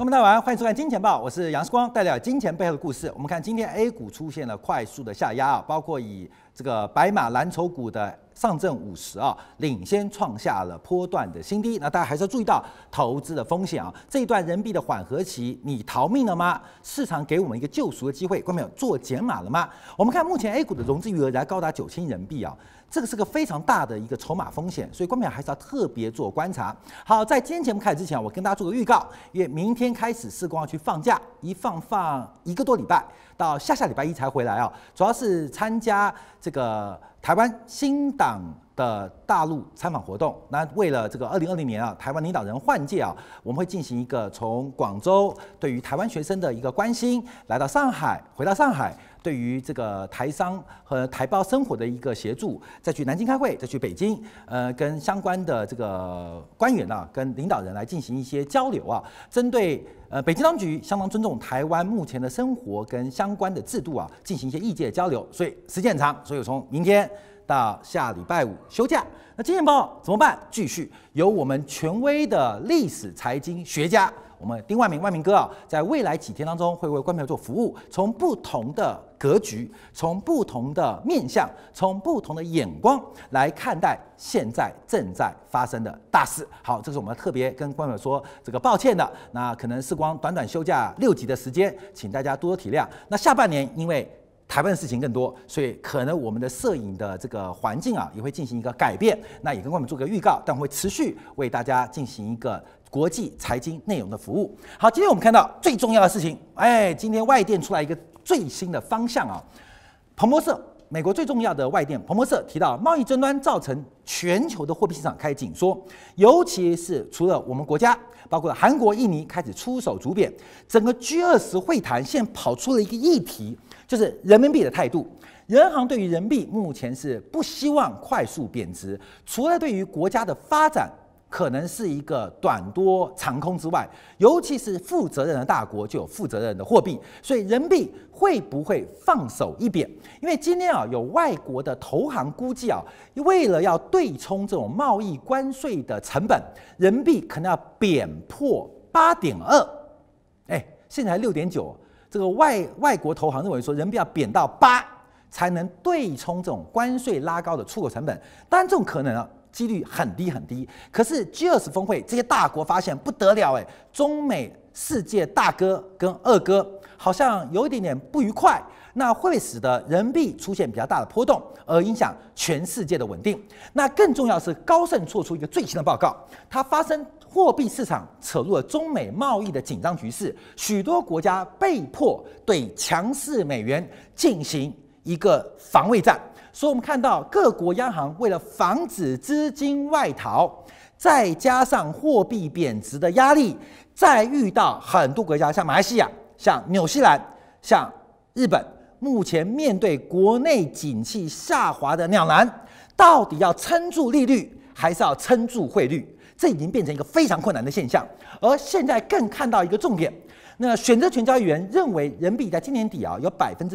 们大家晚，欢迎收看《金钱报》，我是杨世光，带来金钱背后的故事。我们看今天 A 股出现了快速的下压啊，包括以这个白马蓝筹股的上证50啊，领先创下了波段的新低。那大家还是要注意到投资的风险啊。这一段人民币的缓和期，你逃命了吗？市场给我们一个救赎的机会，观众朋友做减码了吗？我们看目前 A 股的融资余额仍然高达9000亿人民币啊。这个是个非常大的一个筹码风险，所以观众朋友还是要特别做观察。好，在今天节目开始之前，我跟大家做个预告，因为明天开始世光要去放假，一放1个多礼拜，到下礼拜一才回来啊。主要是参加这个台湾新党的大陆参访活动。那为了这个2020年啊，台湾领导人换届啊，我们会进行一个从广州对于台湾学生的一个关心，来到上海，回到上海。对于这个台商和台胞生活的一个协助，再去南京开会，再去北京，跟相关的这个官员啊，跟领导人来进行一些交流啊。针对北京当局相当尊重台湾目前的生活跟相关的制度啊，进行一些意见交流，所以时间很长，所以我从明天到下礼拜5休假。那金钱豹怎么办？继续由我们权威的历史财经学家。我们丁万明哥啊，在未来几天当中会为观众朋友做服务，从不同的格局，从不同的面向，从不同的眼光来看待现在正在发生的大事。好，这是我们特别跟观众朋友说这个抱歉的。那可能世光短休假6集的时间，请大家多多体谅。那下半年因为台湾的事情更多，所以可能我们的摄影的这个环境啊也会进行一个改变。那也跟观众做个预告，但会持续为大家进行一个国际财经内容的服务。好，今天我们看到最重要的事情，今天外电出来一个最新的方向啊。彭博社，美国最重要的外电彭博社提到，贸易争端造成全球的货币市场开始紧缩，尤其是除了我们国家，包括韩国、印尼开始出手逐贬，整个 G20 会谈现在跑出了一个议题，就是人民币的态度。人行对于人民币目前是不希望快速贬值，除了对于国家的发展可能是一个短多长空之外，尤其是负责任的大国就有负责任的货币，所以人民币会不会放手一贬？因为今天啊，有外国的投行估计啊，为了要对冲这种贸易关税的成本，人民币可能要贬破8.2，现在才6.9，这个外国投行认为说，人民币要贬到8才能对冲这种关税拉高的出口成本，当然这种可能啊。几率很低很低，可是 G20 峰会这些大国发现不得了中美世界大哥跟二哥好像有一点点不愉快，那会使得人民币出现比较大的波动，而影响全世界的稳定。那更重要的是，高盛做出一个最新的报告，它发生货币市场扯入了中美贸易的紧张局势，许多国家被迫对强势美元进行一个防卫战。所以我们看到各国央行为了防止资金外逃，再加上货币贬值的压力，再遇到很多国家像马来西亚、像纽西兰、像日本，目前面对国内景气下滑的两难，到底要撑住利率还是要撑住汇率？这已经变成一个非常困难的现象。而现在更看到一个重点。那选择权交易员认为，人民币在今年底啊有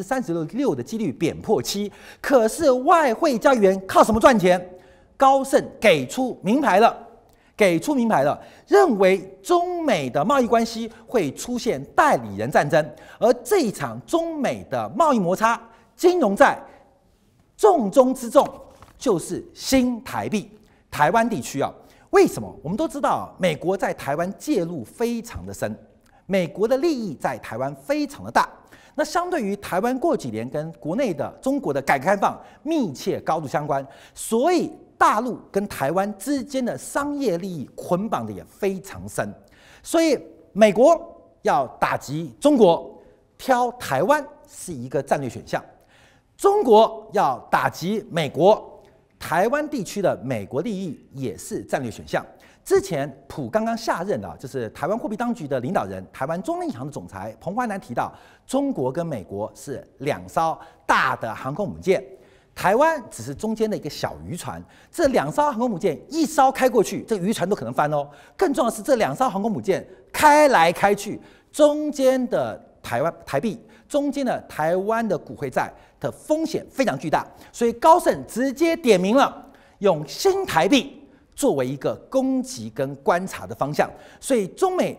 36%的几率贬破7，可是外汇交易员靠什么赚钱？高盛给出明牌了，认为中美的贸易关系会出现代理人战争，而这一场中美的贸易摩擦、金融战，重中之重就是新台币。台湾地区啊，为什么？我们都知道，美国在台湾介入非常的深。美国的利益在台湾非常的大，那相对于台湾过几年跟国内的中国的改革开放密切高度相关，所以大陆跟台湾之间的商业利益捆绑的也非常深，所以美国要打击中国，挑台湾是一个战略选项；中国要打击美国，台湾地区的美国利益也是战略选项。之前普刚刚下任的，就是台湾货币当局的领导人，台湾中央银行的总裁彭淮南提到，中国跟美国是2艘大的航空母舰，台湾只是中间的一个小渔船。这2艘航空母舰一艘开过去，这个渔船都可能翻哦。更重要的是，这2艘航空母舰开来开去，中间的台币，中间的台湾的股汇债的风险非常巨大，所以高盛直接点名了，用新台币作为一个攻击跟观察的方向，所以中美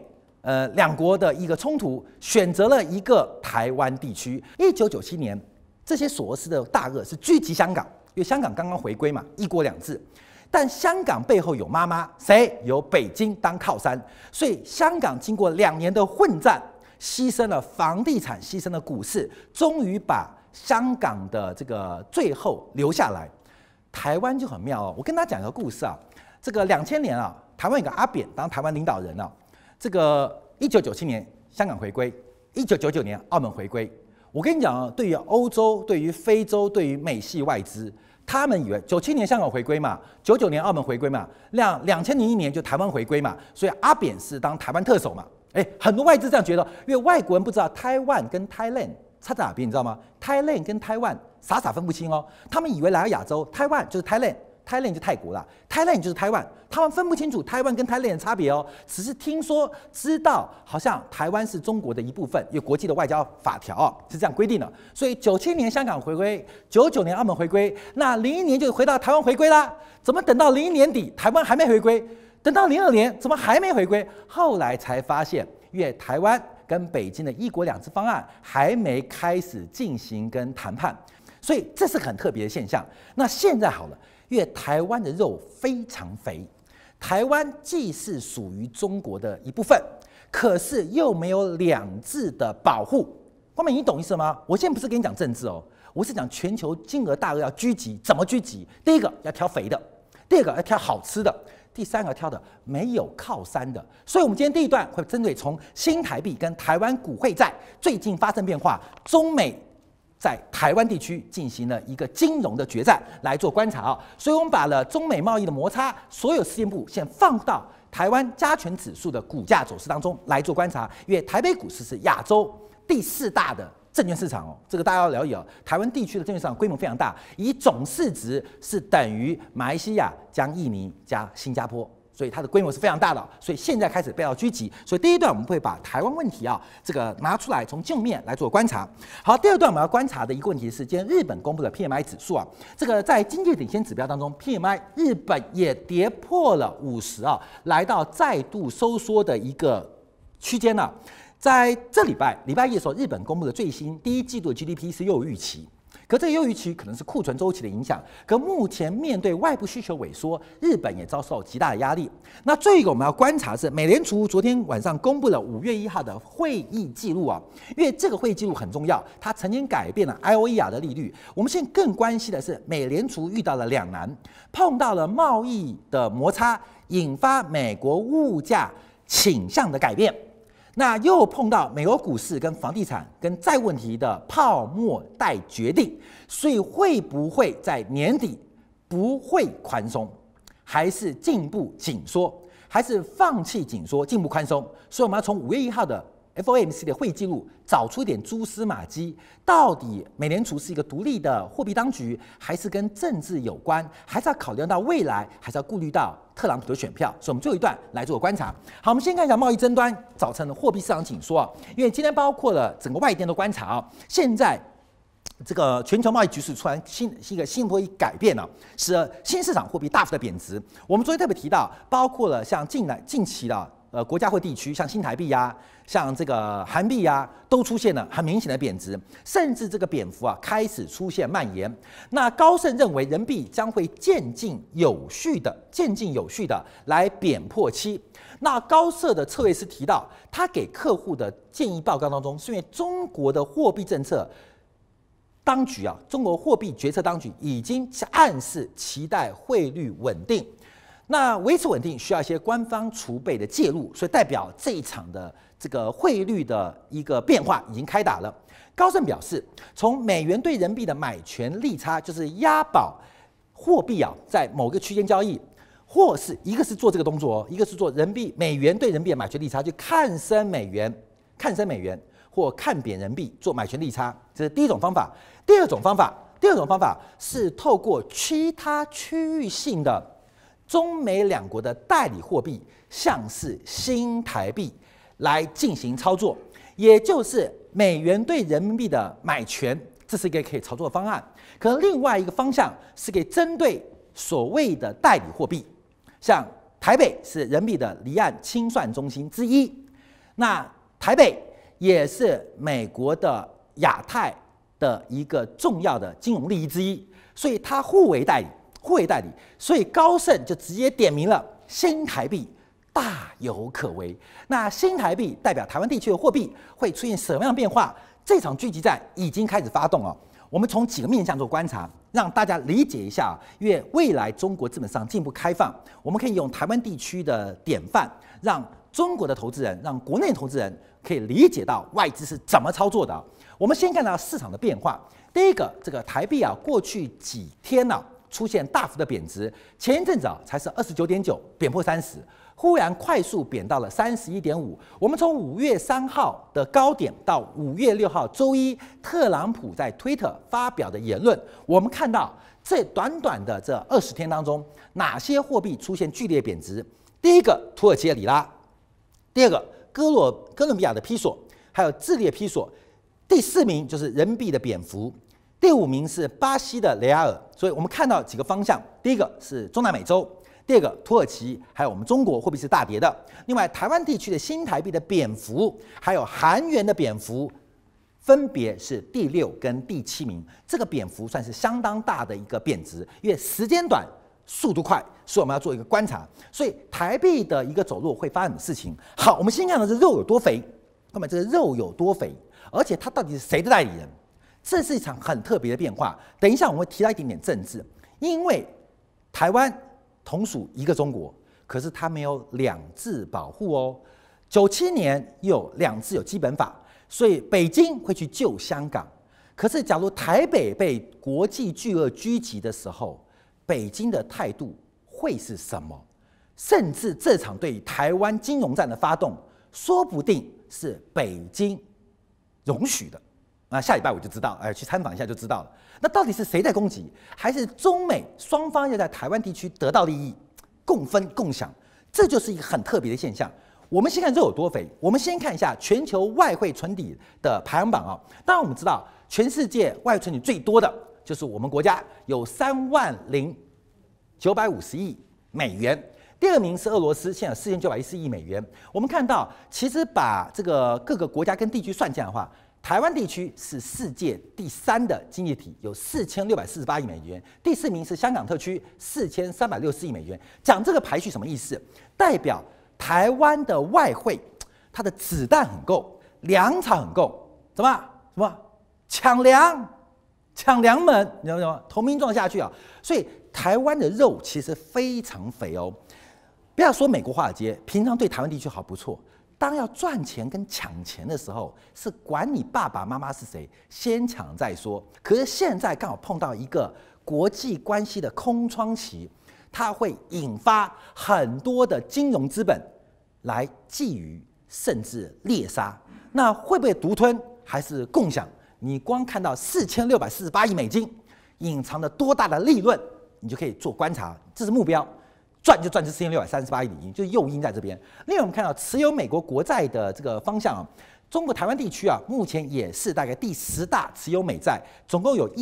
两国的一个冲突，选择了一个台湾地区。1997年，这些索罗斯的大鳄是狙击香港，因为香港刚刚回归嘛，一国两制。但香港背后有妈妈，谁？有北京当靠山，所以香港经过2年的混战，牺牲了房地产，牺牲了股市，终于把香港的这个最后留下来。台湾就很妙哦，我跟大家讲一个故事啊，这个2000年啊，台湾有个阿扁当台湾领导人啊。这个1997年香港回归，1999年澳门回归。我跟你讲啊，对于欧洲、对于非洲、对于美系外资，他们以为97年香港回归嘛，99年澳门回归嘛，2001年就台湾回归嘛，所以阿扁是当台湾特首嘛。很多外资这样觉得，因为外国人不知道台湾跟 Thailand 差在哪边，你知道吗 ？Thailand 跟台湾傻分不清哦，他们以为来到亚洲，台湾就是 Thailand。Thailand 就泰国啦 ，Thailand 就是台湾，他们分不清楚台湾跟 Thailand 的差别哦，只是听说知道，好像台湾是中国的一部分，因为国际的外交法条啊是这样规定的。所以97年香港回归，99年澳门回归，那01年就回到台湾回归啦。怎么等到01年底台湾还没回归？等到02年怎么还没回归？后来才发现，因为台湾跟北京的一国两制方案还没开始进行跟谈判，所以这是很特别的现象。那现在好了。因为台湾的肉非常肥，台湾既是属于中国的一部分，可是又没有两制的保护。光美，你懂意思吗？我现在不是跟你讲政治哦，我是讲全球金额大鳄要狙击，怎么狙击？第一个要挑肥的，第二个要挑好吃的，第三个挑的没有靠山的。所以，我们今天第一段会针对从新台币跟台湾股汇债最近发生变化，中美在台湾地区进行了一个金融的决战来做观察啊，所以我们把了中美贸易的摩擦所有事件部先放到台湾加权指数的股价走势当中来做观察，因为台北股市是亚洲第4大的证券市场哦，这个大家要了解哦。台湾地区的证券市场规模非常大，以总市值是等于马来西亚加印尼加新加坡。所以它的规模是非常大的，所以现在开始被到狙击。所以第一段我们会把台湾问题啊这个拿出来从镜面来做观察。好，第二段我们要观察的一个问题是，今天日本公布的 PMI 指数啊，这个在经济领先指标当中 ，PMI 日本也跌破了50啊，来到再度收缩的一个区间了。在这礼拜一的时候，日本公布的最新第一季度的 GDP 是优于预期。可这个优于预期可能是库存周期的影响，可目前面对外部需求萎缩，日本也遭受极大的压力。那最后一个我们要观察的是，美联储昨天晚上公布了5月1号的会议记录啊，因为这个会议记录很重要，它曾经改变了 IOER 的利率。我们现在更关心的是，美联储遇到了两难，碰到了贸易的摩擦，引发美国物价倾向的改变。那又碰到美国股市跟房地产跟债务问题的泡沫待决定，所以会不会在年底不会宽松，还是进一步紧缩，还是放弃紧缩进一步宽松？所以我们要从5月1号的 FOMC 的会议记录找出一点蛛丝马迹，到底美联储是一个独立的货币当局，还是跟政治有关，还是要考虑到未来，还是要顾虑到特朗普的选票？所以我们最后一段来做观察。好，我们先看一下贸易争端造成的货币市场紧缩啊，因为今天包括了整个外电的观察啊，现在这个全球贸易局势突然一个新波一改变了，使得新市场货币大幅的贬值。我们昨天特别提到，包括了像近期的国家或地区，像新台币呀、像这个韩币呀，都出现了很明显的贬值，甚至这个贬幅啊开始出现蔓延。那高盛认为人民币将会渐进有序的来贬破7。那高盛的策略师提到，他给客户的建议报告当中，是因为中国的货币政策当局啊，中国货币决策当局已经暗示期待汇率稳定。那维持稳定需要一些官方储备的介入，所以代表这一场的这个汇率的一个变化已经开打了。高盛表示，从美元对人民币的买权利差，就是押宝货币啊，在某个区间交易，或是一个是做这个动作，一个是做美元对人民币的买权利差，就看升美元或看贬人民币做买权利差，这是第一种方法。第二种方法是透过其他区域性的中美两国的代理货币，像是新台币来进行操作，也就是美元对人民币的买权，这是一个可以操作的方案。可能另外一个方向是可以针对所谓的代理货币，像台北是人民币的离岸清算中心之一， 那台北也是美国的亚太的一个重要的金融利益之一，所以它互为代理，所以高盛就直接点名了新台币大有可为。那新台币代表台湾地区的货币会出现什么样的变化？这场狙击战已经开始发动了。我们从几个面向做观察，让大家理解一下。因为未来中国资本市场进一步开放，我们可以用台湾地区的典范，让中国的投资人、让国内投资人可以理解到外资是怎么操作的。我们先看到市场的变化。第一个，这个台币啊，过去几天呢、出现大幅的贬值，前一阵子才是29.9，贬破30，忽然快速贬到了31.5。我们从5月3号的高点到5月6号周一，特朗普在推特发表的言论，我们看到这短短的这20天当中，哪些货币出现剧烈贬值？第一个，土耳其的里拉；第二个，哥伦比亚的披索，还有智利的披索；第4名就是人民币的贬幅。第5名是巴西的雷亚尔，所以我们看到几个方向：第一个是中南美洲，第二个土耳其，还有我们中国货币是大跌的。另外，台湾地区的新台币的贬幅，还有韩元的贬幅，分别是第6跟第7名。这个贬幅算是相当大的一个贬值，因为时间短，速度快，所以我们要做一个观察。所以台币的一个走弱会发生什么事情？好，我们先看到这肉有多肥，那么这个肉有多肥，而且它到底是谁的代理人？这是一场很特别的变化。等一下我们会提到一点点政治，因为台湾同属一个中国，可是它没有两制保护哦。97年有两制有基本法，所以北京会去救香港。可是假如台北被国际巨鳄狙击的时候，北京的态度会是什么？甚至这场对台湾金融战的发动，说不定是北京容许的。下礼拜我就知道，去参访一下就知道了。那到底是谁在攻击，还是中美双方要在台湾地区得到利益，共分共享？这就是一个很特别的现象。我们先看肉有多肥，我们先看一下全球外汇存底的排行榜啊。当然我们知道，全世界外汇存底最多的就是我们国家，有30950亿美元。第2名是俄罗斯，现在有4914亿美元。我们看到，其实把这个各个国家跟地区算进来的话，台湾地区是世界第3的经济体，有4648亿美元。第4名是香港特区，4364亿美元。讲这个排序什么意思？代表台湾的外汇，它的子弹很够，粮草很够，什么抢粮门，你知道吗？投名状下去啊！所以台湾的肉其实非常肥哦。不要说美国华尔街，平常对台湾地区好不错。当要赚钱跟抢钱的时候，是管你爸爸妈妈是谁，先抢再说。可是现在刚好碰到一个国际关系的空窗期，它会引发很多的金融资本来觊觎，甚至猎杀。那会不会独吞还是共享？你光看到4648亿美金隐藏的多大的利润，你就可以做观察，这是目标。赚就赚这4638亿美金，就是诱因在这边。另外，我们看到持有美国国债的这个方向中国台湾地区目前也是大概第10大持有美债，总共有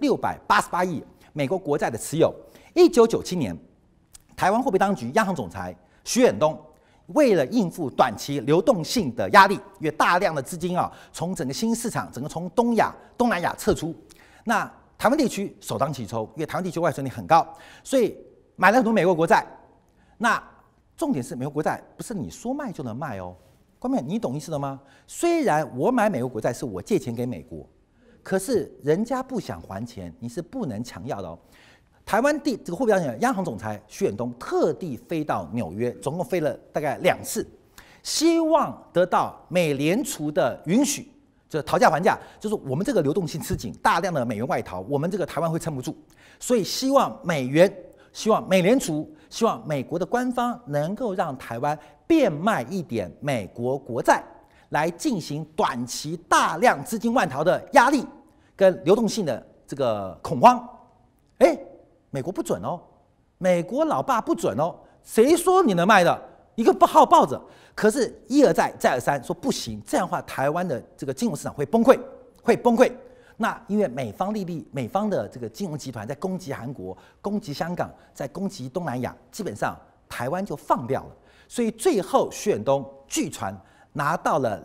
1688亿美国国债的持有。1997年，台湾货币当局央行总裁徐远东为了应付短期流动性的压力，因为大量的资金从整个新市场，整个从东南亚撤出，那台湾地区首当其冲，因为台湾地区外存率很高，所以买了很多美国国债。那重点是美国国债不是你说卖就能卖哦，观众你懂意思了吗？虽然我买美国国债是我借钱给美国，可是人家不想还钱，你是不能强要的哦。台湾这个货币央行总裁徐远东特地飞到纽约，总共飞了大概2次，希望得到美联储的允许，就是讨价还价，就是我们这个流动性吃紧，大量的美元外逃，我们这个台湾会撑不住，所以希望美联储，希望美国的官方能够让台湾变卖一点美国国债，来进行短期大量资金外逃的压力跟流动性的这个恐慌。美国不准哦，美国老爸不准哦，谁说你能卖的？一个不好抱着，可是一而再再而三说不行，这样的话台湾的这个金融市场会崩溃。那因为美方的这个金融集团在攻击韩国、攻击香港、在攻击东南亚，基本上台湾就放掉了。所以最后徐远东据传拿到了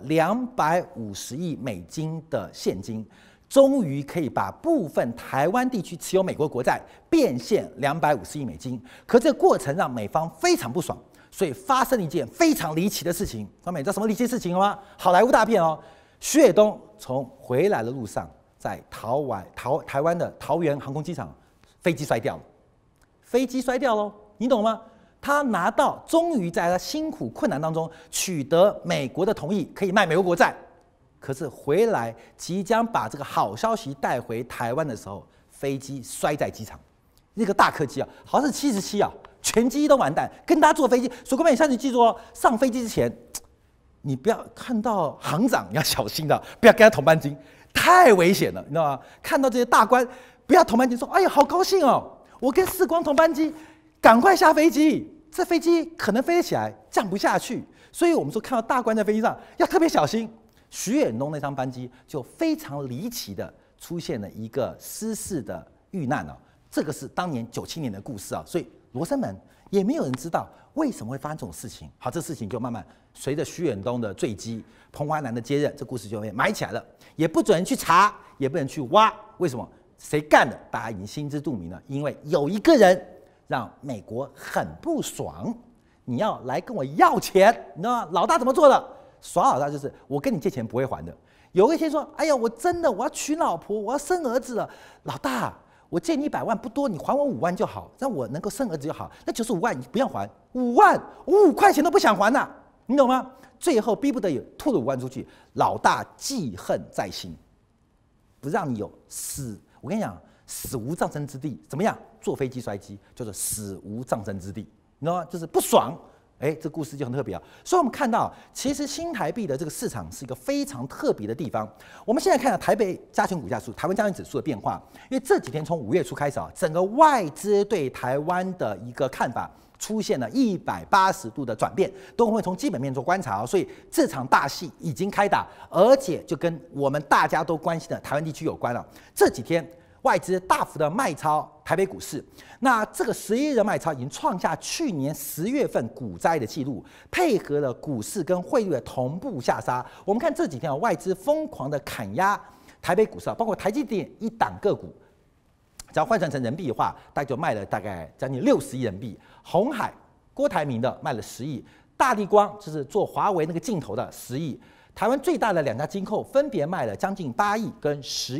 250亿美金的现金，终于可以把部分台湾地区持有美国国债变现250亿美金。可这个过程让美方非常不爽，所以发生了一件非常离奇的事情。你知道什么离奇的事情吗？好莱坞大片哦，徐伟东从回来的路上，在台湾的桃园航空机场，飞机摔掉了，飞机摔掉喽，你懂吗？他终于在他辛苦困难当中取得美国的同意，可以卖美国国债。可是回来即将把这个好消息带回台湾的时候，飞机摔在机场，那个大客机啊，好像是77啊，全机都完蛋。跟他坐飞机，所以各位，你下次记住哦，上飞机之前，你不要看到航长，你要小心的，不要跟他同班机，太危险了，你知道吗？看到这些大官，不要同班机，说哎呀好高兴哦，我跟世光同班机，赶快下飞机。这飞机可能飞得起来，降不下去，所以我们说看到大官在飞机上要特别小心。徐远东那趟班机就非常离奇的出现了一个失事的遇难啊，这个是当年97年的故事啊，所以罗生门也没有人知道为什么会发生这种事情。好，这事情就慢慢随着徐远东的坠机、彭淮南的接任，这故事就被埋起来了，也不准人去查，也不能去挖，为什么？谁干的？大家已经心知肚明了，因为有一个人让美国很不爽，你要来跟我要钱，你知道吗？老大怎么做的？耍老大就是我跟你借钱不会还的。有一天说，哎呀，我真的我要娶老婆，我要生儿子了，老大，我借你100万不多，你还我5万就好，让我能够生儿子就好。那95万你不要还，5万我5块钱都不想还呐，你懂吗？最后逼不得已吐了5万出去，老大记恨在心，不让你有死，我跟你讲。死无葬身之地，怎么样？坐飞机摔机就是死无葬身之地，你知道吗？就是不爽。这故事就很特别啊。所以我们看到，其实新台币的这个市场是一个非常特别的地方。我们现在看到台北加权股价数、台湾加权指数的变化，因为这几天从5月初开始啊，整个外资对台湾的一个看法出现了180度的转变，都会从基本面做观察，所以这场大戏已经开打，而且就跟我们大家都关心的台湾地区有关了。这几天外资大幅的卖超台北股市，那这个11日的卖超已经创下去年10月份股灾的记录，配合了股市跟汇率的同步下杀。我们看这几天外资疯狂的砍压台北股市，包括台积电一档个股，只要换算成人民币的话，大概就卖了大概将近60亿人民币。鸿海郭台铭的卖了10亿，大立光就是做华为那个镜头的10亿。台湾最大的2家金控分别卖了将近8亿跟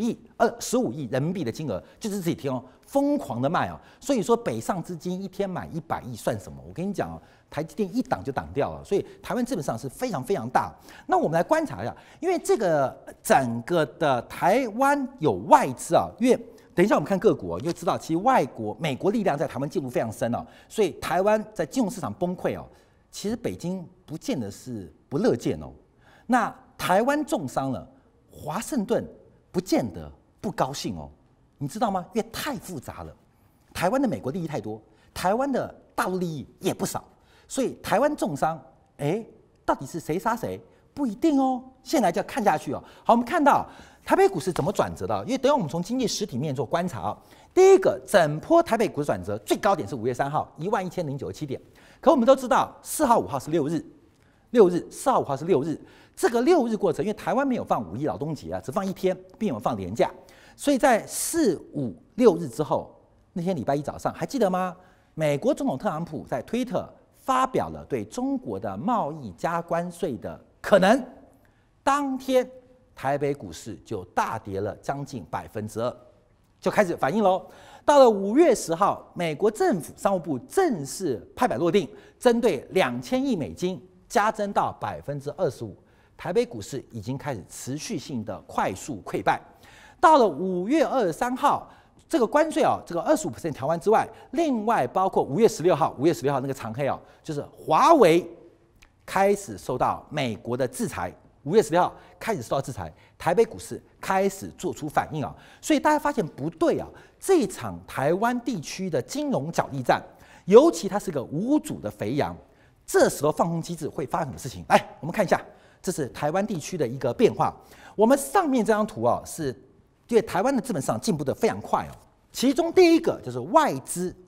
15亿人民币的金额，就是这几天哦，疯狂的卖哦。所以说北上资金一天买100亿算什么？我跟你讲哦，台积电一挡就挡掉了，所以台湾基本上是非常非常大。那我们来观察一下，因为这个整个的台湾有外资啊，因为等一下我们看个股哦，你就知道其实美国力量在台湾介入非常深哦，所以台湾在金融市场崩溃哦，其实北京不见得是不乐见哦。那台湾重伤了，华盛顿不见得不高兴哦，你知道吗？因为太复杂了，台湾的美国利益太多，台湾的大陆利益也不少，所以台湾重伤，到底是谁杀谁不一定哦。现在就要看下去哦。好，我们看到台北股市怎么转折的？因为等一下我们从经济实体面做观察啊。第一个，整波台北股市转折最高点是5月3号11097点，可我们都知道4号5号是6日，4号5号是6日。这个6日过程，因为台湾没有放5一劳动节啊，只放1天，并没有放连假，所以在4、5、6日之后，那天礼拜一早上，还记得吗？美国总统特朗普在推特发表了对中国的贸易加关税的可能，当天台北股市就大跌了将近2%，就开始反应喽。到了5月10号，美国政府商务部正式拍板落定，针对2000亿美金加征到25%。台北股市已经开始持续性的快速溃败。到了5月23号，这个关税这个25% 调完之外，另外包括5月16号那个长黑就是华为开始受到美国的制裁。5月16号开始受到制裁，台北股市开始做出反应所以大家发现不对这一场台湾地区的金融角力战，尤其它是个无主的肥羊，这时候放空机制会发生什么事情？来，我们看一下。这是台湾地区的一个变化。我们上面这张图是因为台湾的资本市场进步的非常快其中第一个就是外资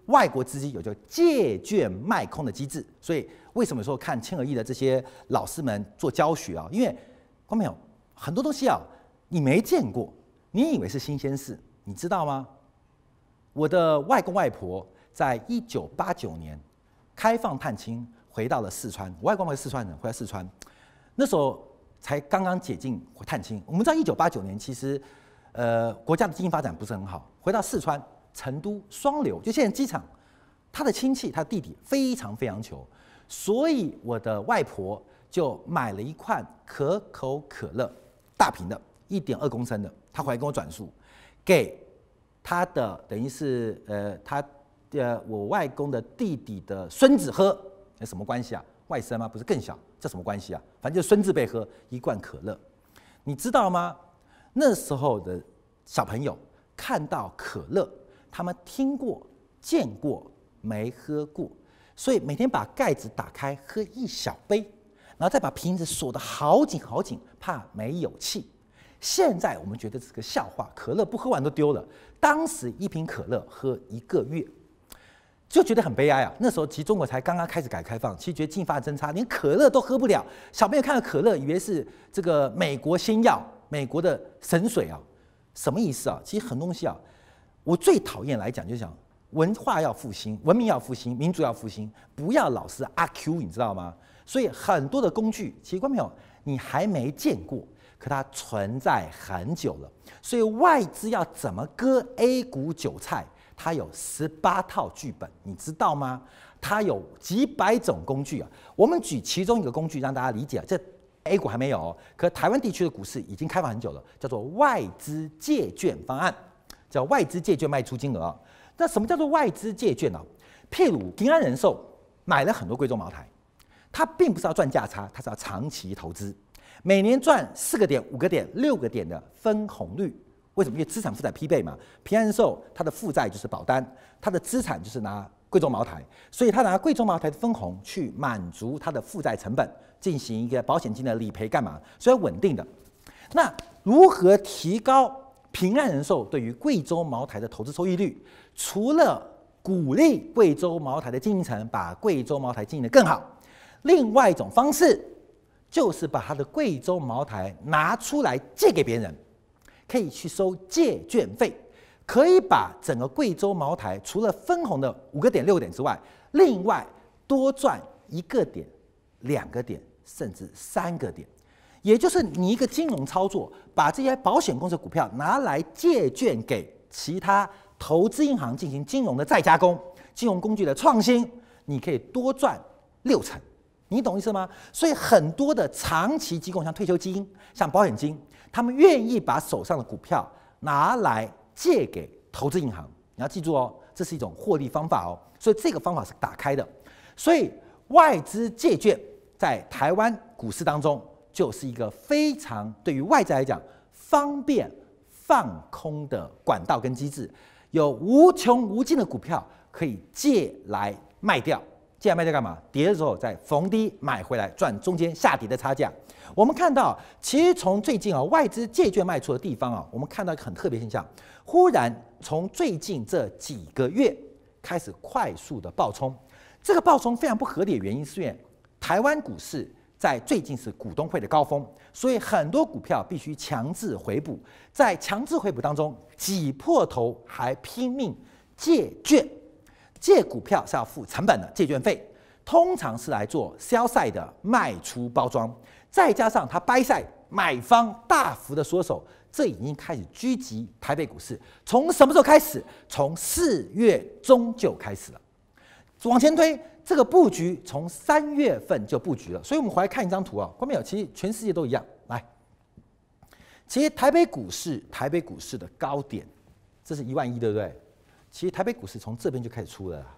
外国资金有叫借券卖空的机制。所以为什么说看千和亿的这些老师们做教学啊？因为观众朋友很多东西啊，你没见过，你以为是新鲜事，你知道吗？我的外公外婆在1989年开放探亲回到了四川，我外公是四川人，回到四川，那时候才刚刚解禁探亲。我们知道1989年其实国家的经济发展不是很好，回到四川成都双流，就现在机场，他的亲戚他的弟弟非常非常穷，所以我的外婆就买了一罐可口可乐，大瓶的，1.2公升的，他回来跟我转述，给他的等于是我外公的弟弟的孙子喝，那什么关系啊？外甥吗？不是更小，这什么关系啊？反正就孙子辈喝一罐可乐，你知道吗？那时候的小朋友看到可乐，他们听过、见过，没喝过，所以每天把盖子打开喝一小杯，然后再把瓶子锁得好紧好紧，怕没有气。现在我们觉得这是个笑话，可乐不喝完都丢了。当时一瓶可乐喝1个月，就觉得很悲哀啊。那时候其实中国才刚刚开始改革开放，其实觉得经济发展真差，连可乐都喝不了。小朋友看到可乐，以为是这个美国仙药、美国的神水啊，什么意思啊？其实很多东西啊，我最讨厌来讲，就是讲文化要复兴，文明要复兴，民族要复兴，不要老是阿 Q， 你知道吗？所以很多的工具，其实观众朋友你还没见过。可它存在很久了，所以外资要怎么割 A 股韭菜，它有18套剧本，你知道吗？它有几百种工具啊。我们举其中一个工具让大家理解，这 A 股还没有哦，可台湾地区的股市已经开放很久了，叫做外资借券方案，叫外资借券卖出金额啊。那什么叫做外资借券呢？譬如平安人寿买了很多贵州茅台，它并不是要赚价差，它是要长期投资。每年赚4个点、5个点、6个点的分红率，为什么？因为资产负债匹配嘛。平安人寿它的负债就是保单，它的资产就是拿贵州茅台，所以它拿贵州茅台的分红去满足它的负债成本，进行一个保险金的理赔干嘛？所以稳定的。那如何提高平安人寿对于贵州茅台的投资收益率？除了鼓励贵州茅台的经营层把贵州茅台经营得更好，另外一种方式。就是把他的贵州茅台拿出来借给别人，可以去收借券费，可以把整个贵州茅台除了分红的5个点、6个点之外，另外多赚1个点、2个点，甚至3个点。也就是你一个金融操作，把这些保险公司的股票拿来借券给其他投资银行进行金融的再加工、金融工具的创新，你可以多赚6成。你懂意思吗？所以很多的长期机构，像退休金、像保险金，他们愿意把手上的股票拿来借给投资银行。你要记住哦，这是一种获利方法哦。所以这个方法是打开的。所以外资借券在台湾股市当中，就是一个非常对于外资来讲方便放空的管道跟机制，有无穷无尽的股票可以借来卖掉。借来卖掉干嘛？跌的时候再逢低买回来，赚中间下跌的差价。我们看到，其实从最近外资借券卖出的地方我们看到一个很特别现象，忽然从最近这几个月开始快速的暴冲。这个暴冲非常不合理的原因是因为台湾股市在最近是股东会的高峰，所以很多股票必须强制回补，在强制回补当中挤破头还拼命借券。借股票是要付成本的借券费，通常是来做 sell side 的卖出包装，再加上它 buy side 买方大幅的缩手，这已经开始狙击台北股市。从什么时候开始？从4月中就开始了。往前推，这个布局从3月份就布局了。所以我们回来看一张图观众朋友，其实全世界都一样。来，其实台北股市的高点，这是11000，对不对？其实台北股市从这边就开始出了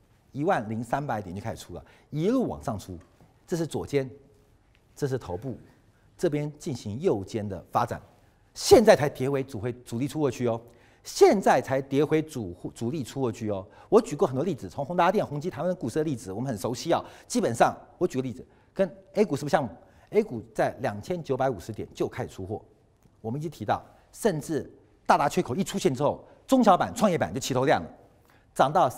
，10300点就开始出了，一路往上出。这是左肩，这是头部，这边进行右肩的发展，现在才跌回主力出货区哦。现在才跌回主力出货区哦。我举过很多例子，从宏达电、宏基、台湾股市的例子，我们很熟悉基本上，我举个例子，跟 A 股是不是像 A 股在2950点就开始出货。我们已经提到，甚至大缺口一出现之后，中小板、创业板就齐头亮了。 涨到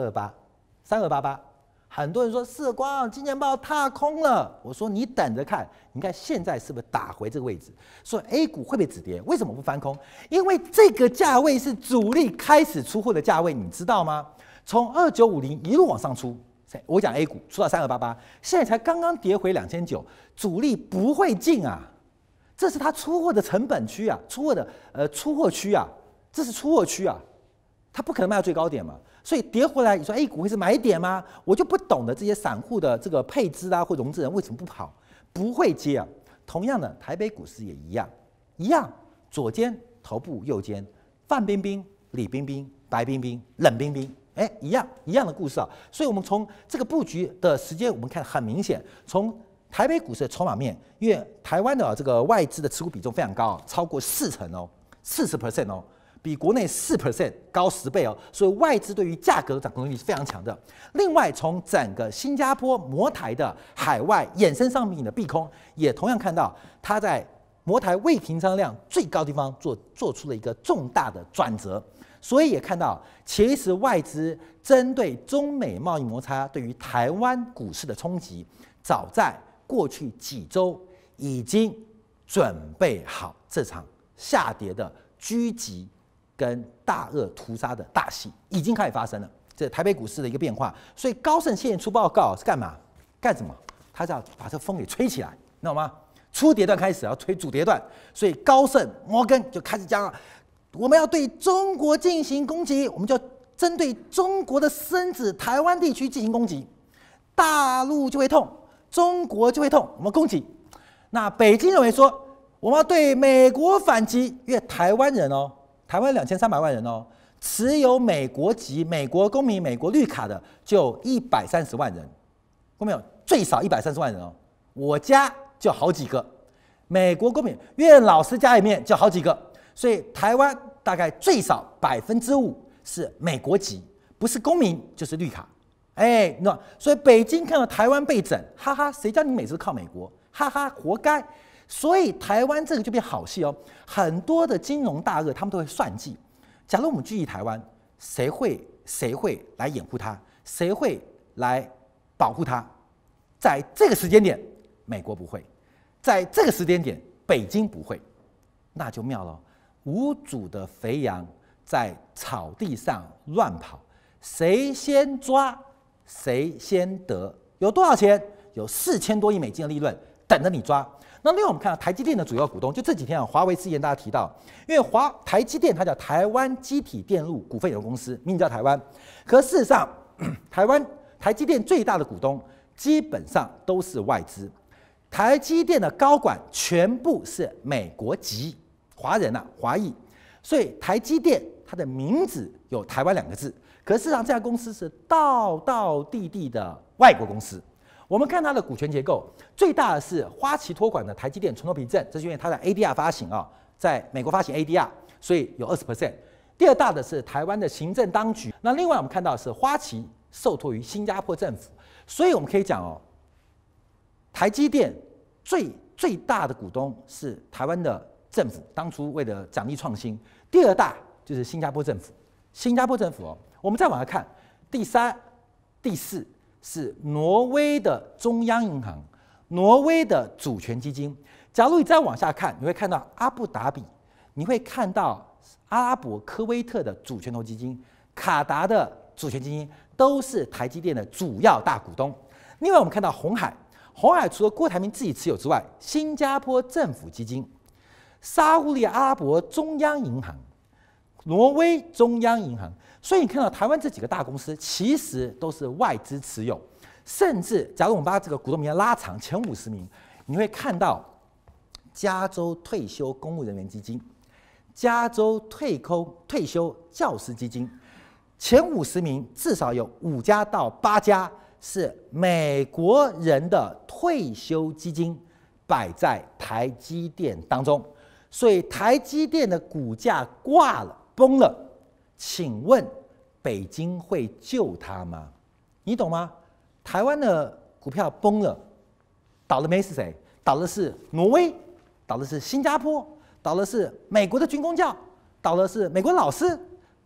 3288，很多人说世光金钱豹踏空了，我说你等着看，你看现在是不是打回这个位置？说 A 股会不会止跌？为什么不翻空？因为这个价位是主力开始出货的价位，你知道吗？从2950一路往上出。我讲 A 股出到3288，现在才刚刚跌回2900，主力不会进啊，这是他出货的成本区啊，出货区啊，这是出货区啊，他不可能卖到最高点嘛，所以跌回来，你说 A 股会是买点吗？我就不懂得这些散户的这个配资啊或融资人为什么不跑，不会接啊。同样的，台北股市也一样，左肩头部，右肩范冰冰、李冰冰、白冰冰、冷冰冰。一样的故事啊，所以我们从这个布局的时间，我们看很明显，从台北股市的筹码面，因为台湾的这个外资的持股比重非常高，超过40%哦，40%哦，比国内4% 高10倍哦，所以外资对于价格的掌控力是非常强的。另外，从整个新加坡摩台的海外衍生商品的避空，也同样看到它在摩台未平仓量最高地方做出了一个重大的转折。所以也看到，其实外资针对中美贸易摩擦对于台湾股市的冲击，早在过去几周已经准备好这场下跌的狙击跟大鳄屠杀的大戏已经开始发生了。这台北股市的一个变化，所以高盛现在出报告是干嘛？干什么？他是要把这风给吹起来，你懂吗？初跌段开始要吹主跌段，所以高盛、摩根就开始讲了。我们要对中国进行攻击，我们就要针对中国的深子台湾地区进行攻击，大陆就会痛，中国就会痛，我们攻击。那北京认为说，我们要对美国反击，因为台湾人哦，台湾2300万人哦，持有美国籍、美国公民、美国绿卡的就130万人，看到没有？最少130万人哦，我家就好几个，美国公民，苑老师家里面就好几个。所以台湾大概最少5%是美国籍，不是公民就是绿卡，那所以北京看到台湾被整，哈哈，谁叫你每次靠美国，哈哈，活该。所以台湾这个就变好戏哦，很多的金融大鳄他们都会算计。假如我们聚集台湾，谁会来掩护他？谁会来保护他？在这个时间点，美国不会；在这个时间点，北京不会，那就妙了。无主的肥羊在草地上乱跑，谁先抓谁先得。有多少钱？有4000多亿美金的利润等着你抓。那另外我们看到台积电的主要股东，就这几天啊，华为之前大家提到，因为台积电它叫台湾基体电路股份有限公司，名字叫台湾，可事实上台积电最大的股东基本上都是外资，台积电的高管全部是美国籍。华人啊，华裔，所以台积电它的名字有台湾2个字，可事实上这家公司是道道地地的外国公司。我们看它的股权结构，最大的是花旗托管的台积电存托凭证，这是因为它的 ADR 发行啊，在美国发行 ADR， 所以有20%。第二大的是台湾的行政当局，那另外我们看到是花旗受托于新加坡政府，所以我们可以讲哦，台积电最大的股东是台湾的政府，当初为了奖励创新。第二大就是新加坡政府，哦，我们再往下看，第3、第4是挪威的中央银行，挪威的主权基金。假如你再往下看，你会看到阿布达比，你会看到阿拉伯科威特的主权投基金，卡达的主权基金都是台积电的主要大股东。另外，我们看到鸿海除了郭台铭自己持有之外，新加坡政府基金、沙烏地阿拉伯中央银行、挪威中央银行，所以你看到台湾这几个大公司其实都是外资持有，甚至假如我们把这个股东名单拉长前50名，你会看到加州退休公务人员基金、加州退休教师基金，前50名至少有5家到8家是美国人的退休基金摆在台积电当中。所以台积电的股价挂了崩了，请问北京会救它吗？你懂吗？台湾的股票崩了，倒的没是谁？倒的是挪威，倒的是新加坡，倒的是美国的军公教，倒的是美国老师，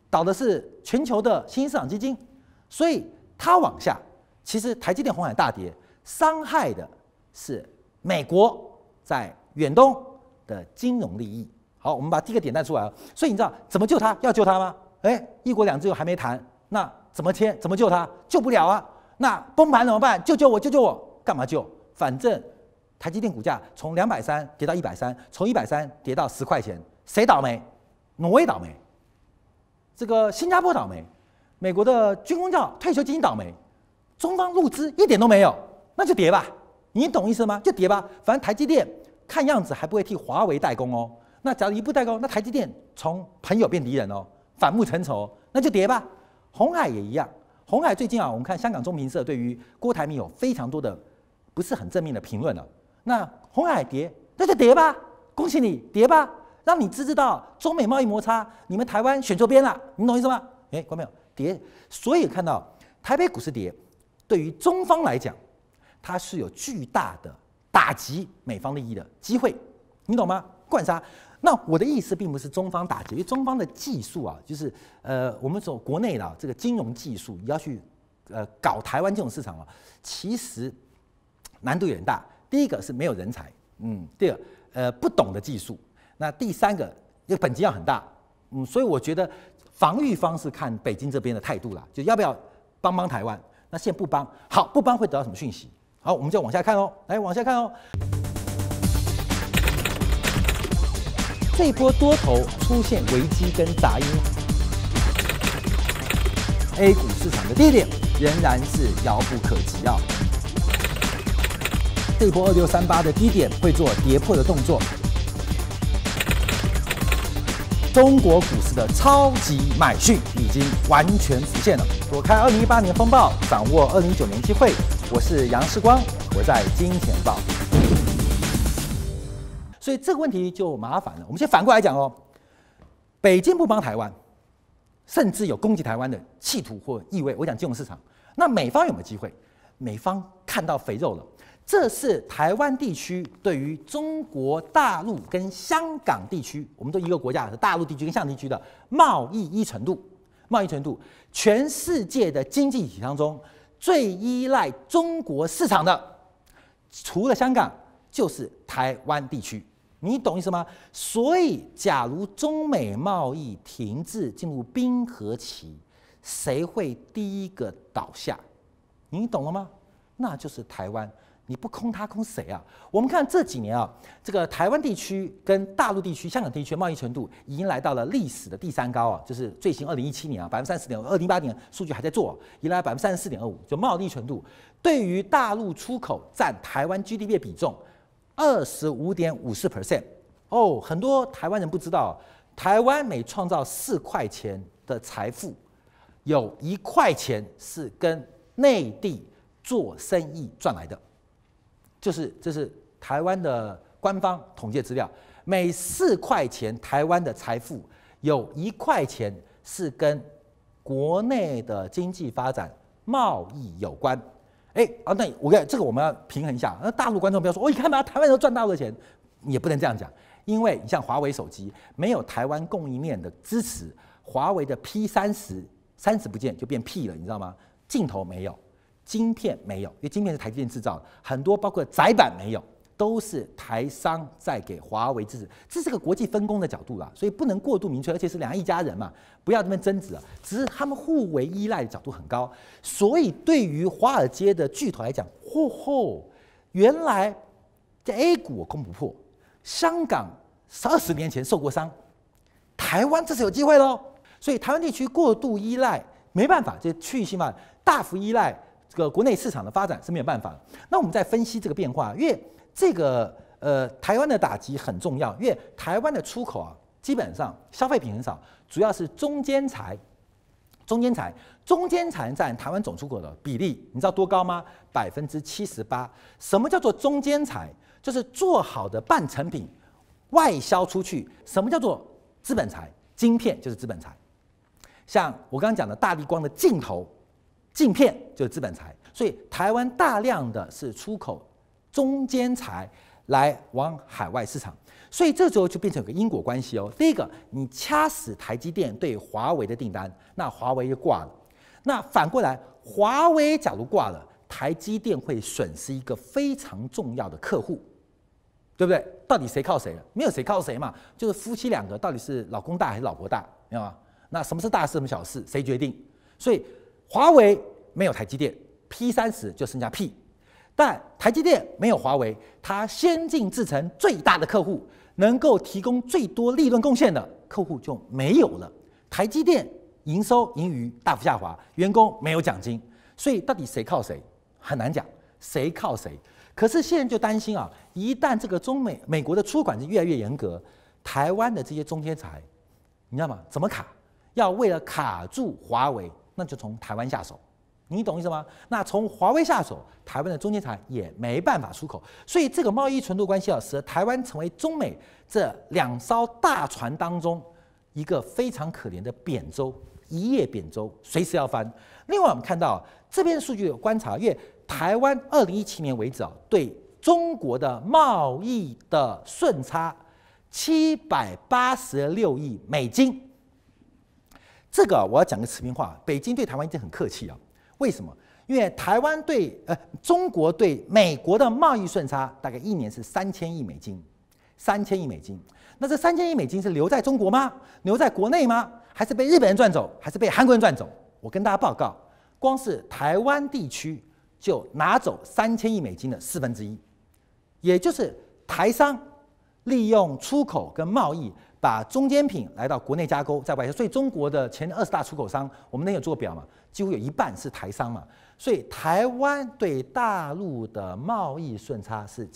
倒的是全球的新兴市场基金，所以它往下，其实台积电、鸿海大跌，伤害的是美国在远东的金融利益。好，我们把第一个点带出来了。所以你知道怎么救它？要救它吗？一国两制又还没谈，那怎么签？怎么救它？救不了啊！那崩盘怎么办？救我！干嘛救？反正台积电股价从230跌到130，从130跌到10块钱，谁倒霉？挪威倒霉，这个新加坡倒霉，美国的军工教退休基金倒霉，中方入资一点都没有，那就跌吧。你懂意思吗？就跌吧。反正台积电看样子还不会替华为代工哦。那假如一不代工，那台积电从朋友变敌人哦，反目成仇，那就跌吧。鸿海也一样，鸿海最近我们看香港中评社对于郭台铭有非常多的不是很正面的评论了。那鸿海跌，那就跌吧，恭喜你跌吧，让你知道中美贸易摩擦，你们台湾选错边了，你懂意思吗？观众朋友，跌，所以看到台北股市跌，对于中方来讲，它是有巨大的打击美方利益的机会，你懂吗？灌杀。那我的意思并不是中方打击，因为中方的技术就是我们说国内的这个金融技术，你要去搞台湾这种市场其实难度有点大。第一个是没有人才，第二不懂的技术，那第三个本金要很大，所以我觉得防御方是看北京这边的态度啦，就要不要帮台湾。那现在不帮，好，不帮会得到什么讯息？好，我们就往下看哦，来往下看哦。这一波多头出现危机跟杂音 ，A 股市场的低点仍然是遥不可及这一波2638的低点会做跌破的动作，中国股市的超级买讯已经完全浮现了。躲开2018年风暴，掌握2019年机会。我是杨世光，我在金钱报。所以这个问题就麻烦了。我们先反过来讲北京不帮台湾，甚至有攻击台湾的企图或意味。我讲金融市场，那美方有没有机会？美方看到肥肉了。这是台湾地区对于中国大陆跟香港地区，我们都一个国家是大陆地区跟香港地区的贸易依存度，全世界的经济体当中最依赖中国市场的，除了香港就是台湾地区。你懂意思吗？所以，假如中美贸易停滞进入冰河期，谁会第一个倒下？你懂了吗？那就是台湾。你不空它空谁啊？我们看这几年这个台湾地区跟大陆地区、香港地区贸易程度已经来到了历史的第3高就是最新2017年30.5%，2018年数据还在做，已来34.25%，就贸易程度对于大陆出口占台湾 GDP 的比重25.54%。很多台湾人不知道，台湾每创造4块钱的财富，有1块钱是跟内地做生意赚来的。这是台湾的官方统计资料，每4块钱台湾的财富有1块钱是跟国内的经济发展贸易有关。那我看这个我们要平衡一下。那大陆观众不要说，你看吧，台湾都赚大陆的钱，你也不能这样讲，因为你像华为手机没有台湾供应链的支持，华为的 P30不见就变 P 了，你知道吗？镜头没有。晶片没有，因为晶片是台积电制造的，很多包括载板没有，都是台商在给华为支持。这是个国际分工的角度啦，所以不能过度明确，而且是2亿家人嘛，不要这边争执只是他们互为依赖的角度很高，所以对于华尔街的巨头来讲，原来这 A 股我攻不破，香港20年前受过伤，台湾这次有机会喽。所以台湾地区过度依赖没办法，这区域性嘛，大幅依赖。这个国内市场的发展是没有办法的。那我们再分析这个变化，因为这个台湾的打击很重要，因为台湾的出口基本上消费品很少，主要是中间材占台湾总出口的比例，你知道多高吗？78%。什么叫做中间材？就是做好的半成品外销出去。什么叫做资本材？晶片就是资本材。像我刚刚讲的大立光的镜片就是资本材，所以台湾大量的是出口中间材来往海外市场。所以这时候就变成有个因果关系哦。第一个，你掐死台积电对华为的订单，那华为就挂了。那反过来，华为假如挂了，台积电会损失一个非常重要的客户，对不对？到底谁靠谁了？没有谁靠谁嘛，就是夫妻两个到底是老公大还是老婆大，明白吗？那什么是大事，什么小事，谁决定？所以华为没有台积电 ，P30就剩下 P， 但台积电没有华为，它先进制程最大的客户，能够提供最多利润贡献的客户就没有了。台积电营收盈余大幅下滑，员工没有奖金，所以到底谁靠谁很难讲，谁靠谁。可是现在就担心啊，一旦这个美国的出口管制越来越严格，台湾的这些中间材，你知道吗？怎么卡？要为了卡住华为，那就从台湾下手。你懂意思吗？那从华为下手，台湾的中间材也没办法出口，所以这个贸易纯度关系啊，使得台湾成为中美这两艘大船当中一个非常可怜的扁舟，一叶扁舟，随时要翻。另外，我们看到这边数据有观察，因为台湾2017年为止啊，对中国的贸易的顺差786亿美金。这个我要讲个持平话，北京对台湾一直很客气啊。为什么？因为台湾中国对美国的贸易顺差大概一年是3000亿美金，3000亿美金。那这3000亿美金是留在中国吗？留在国内吗？还是被日本人赚走？还是被韩国人赚走？我跟大家报告，光是台湾地区就拿走3000亿美金的1/4，也就是台商利用出口跟贸易，把中间品来到国内加工，在外销。所以中国的前20大出口商，我们那有做表嘛，几乎有一半是台商嘛。所以台湾对大陆的贸易顺差是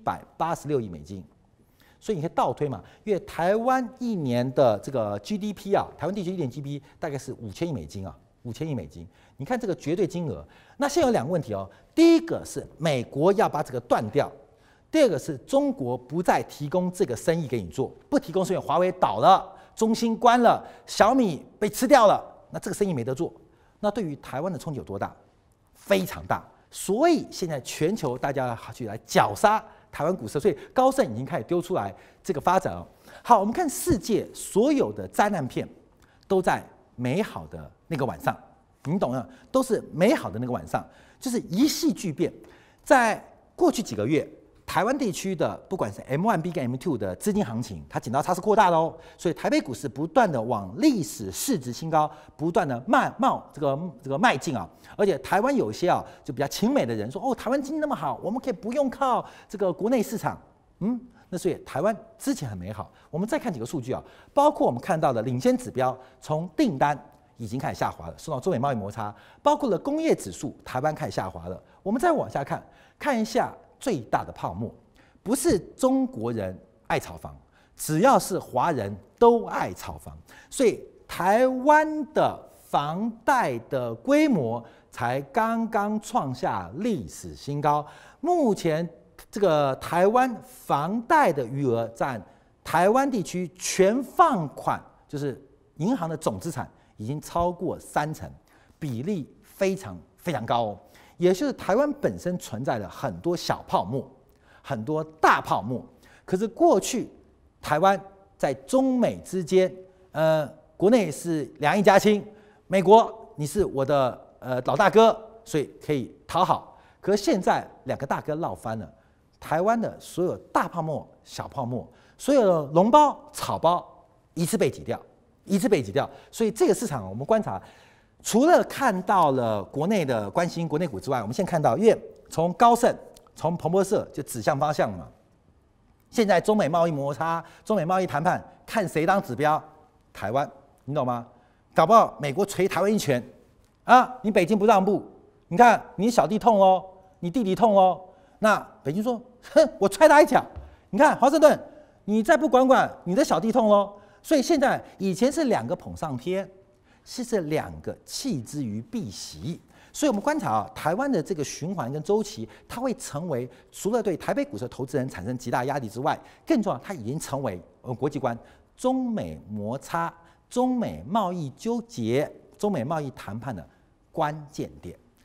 786亿美金。所以你可以倒推嘛，因为台湾一年的这个 GDP 啊，台湾地区1年 GDP 大概是5000亿美金啊，5000亿美金。你看这个绝对金额。那现在有2个问题哦，第一个是美国要把这个断掉。第二个是中国不再提供这个生意给你做，不提供是因为华为倒了，中兴关了，小米被吃掉了，那这个生意没得做。那对于台湾的冲击有多大？非常大。所以现在全球大家去来绞杀台湾股市，所以高盛已经开始丢出来这个发展哦。好，我们看世界所有的灾难片都在美好的那个晚上，你懂吗？都是美好的那个晚上，就是一夕巨变。在过去几个月，台湾地区的不管是 M1B 跟 M2 的资金行情，它剪刀差是扩大的哦，所以台北股市不断的往历史市值新高不断的迈进啊，而且台湾有一些啊就比较亲美的人说，哦，台湾经济那么好，我们可以不用靠这个国内市场，那所以台湾之前很美好。我们再看几个数据啊，包括我们看到的领先指标，从订单已经开始下滑了，受到中美贸易摩擦，包括了工业指数，台湾开始下滑了。我们再往下看一下。最大的泡沫不是中国人爱炒房，只要是华人都爱炒房，所以台湾的房贷的规模才刚刚创下历史新高。目前这个台湾房贷的余额占台湾地区全放款，就是银行的总资产已经超过30%，比例非常非常高哦。也就是台湾本身存在了很多小泡沫，很多大泡沫。可是过去台湾在中美之间，国内是两岸一家亲，美国你是我的老大哥，所以可以讨好。可是现在2个大哥闹翻了，台湾的所有大泡沫、小泡沫，所有的脓包、草包一次被挤掉，一次被挤掉。所以这个市场我们观察。除了看到了国内的关心国内股之外，我们现在看到，因为从高盛、从彭博社就指向方向嘛。现在中美贸易摩擦、中美贸易谈判，看谁当指标？台湾，你懂吗？搞不好美国捶台湾一拳啊！你北京不让步，你看你小弟痛哦，你弟弟痛哦。那北京说：“哼，我踹他一脚。”你看华盛顿，你再不管管，你的小弟痛喽。所以现在以前是2个捧上天。是这2个弃之于敝屣，所以我们观察啊，台湾的这个循环跟周期，它会成为除了对台北股市投资人产生极大压力之外，更重要，它已经成为国际观中美摩擦、中美贸易纠结、中美贸易谈判的关键点。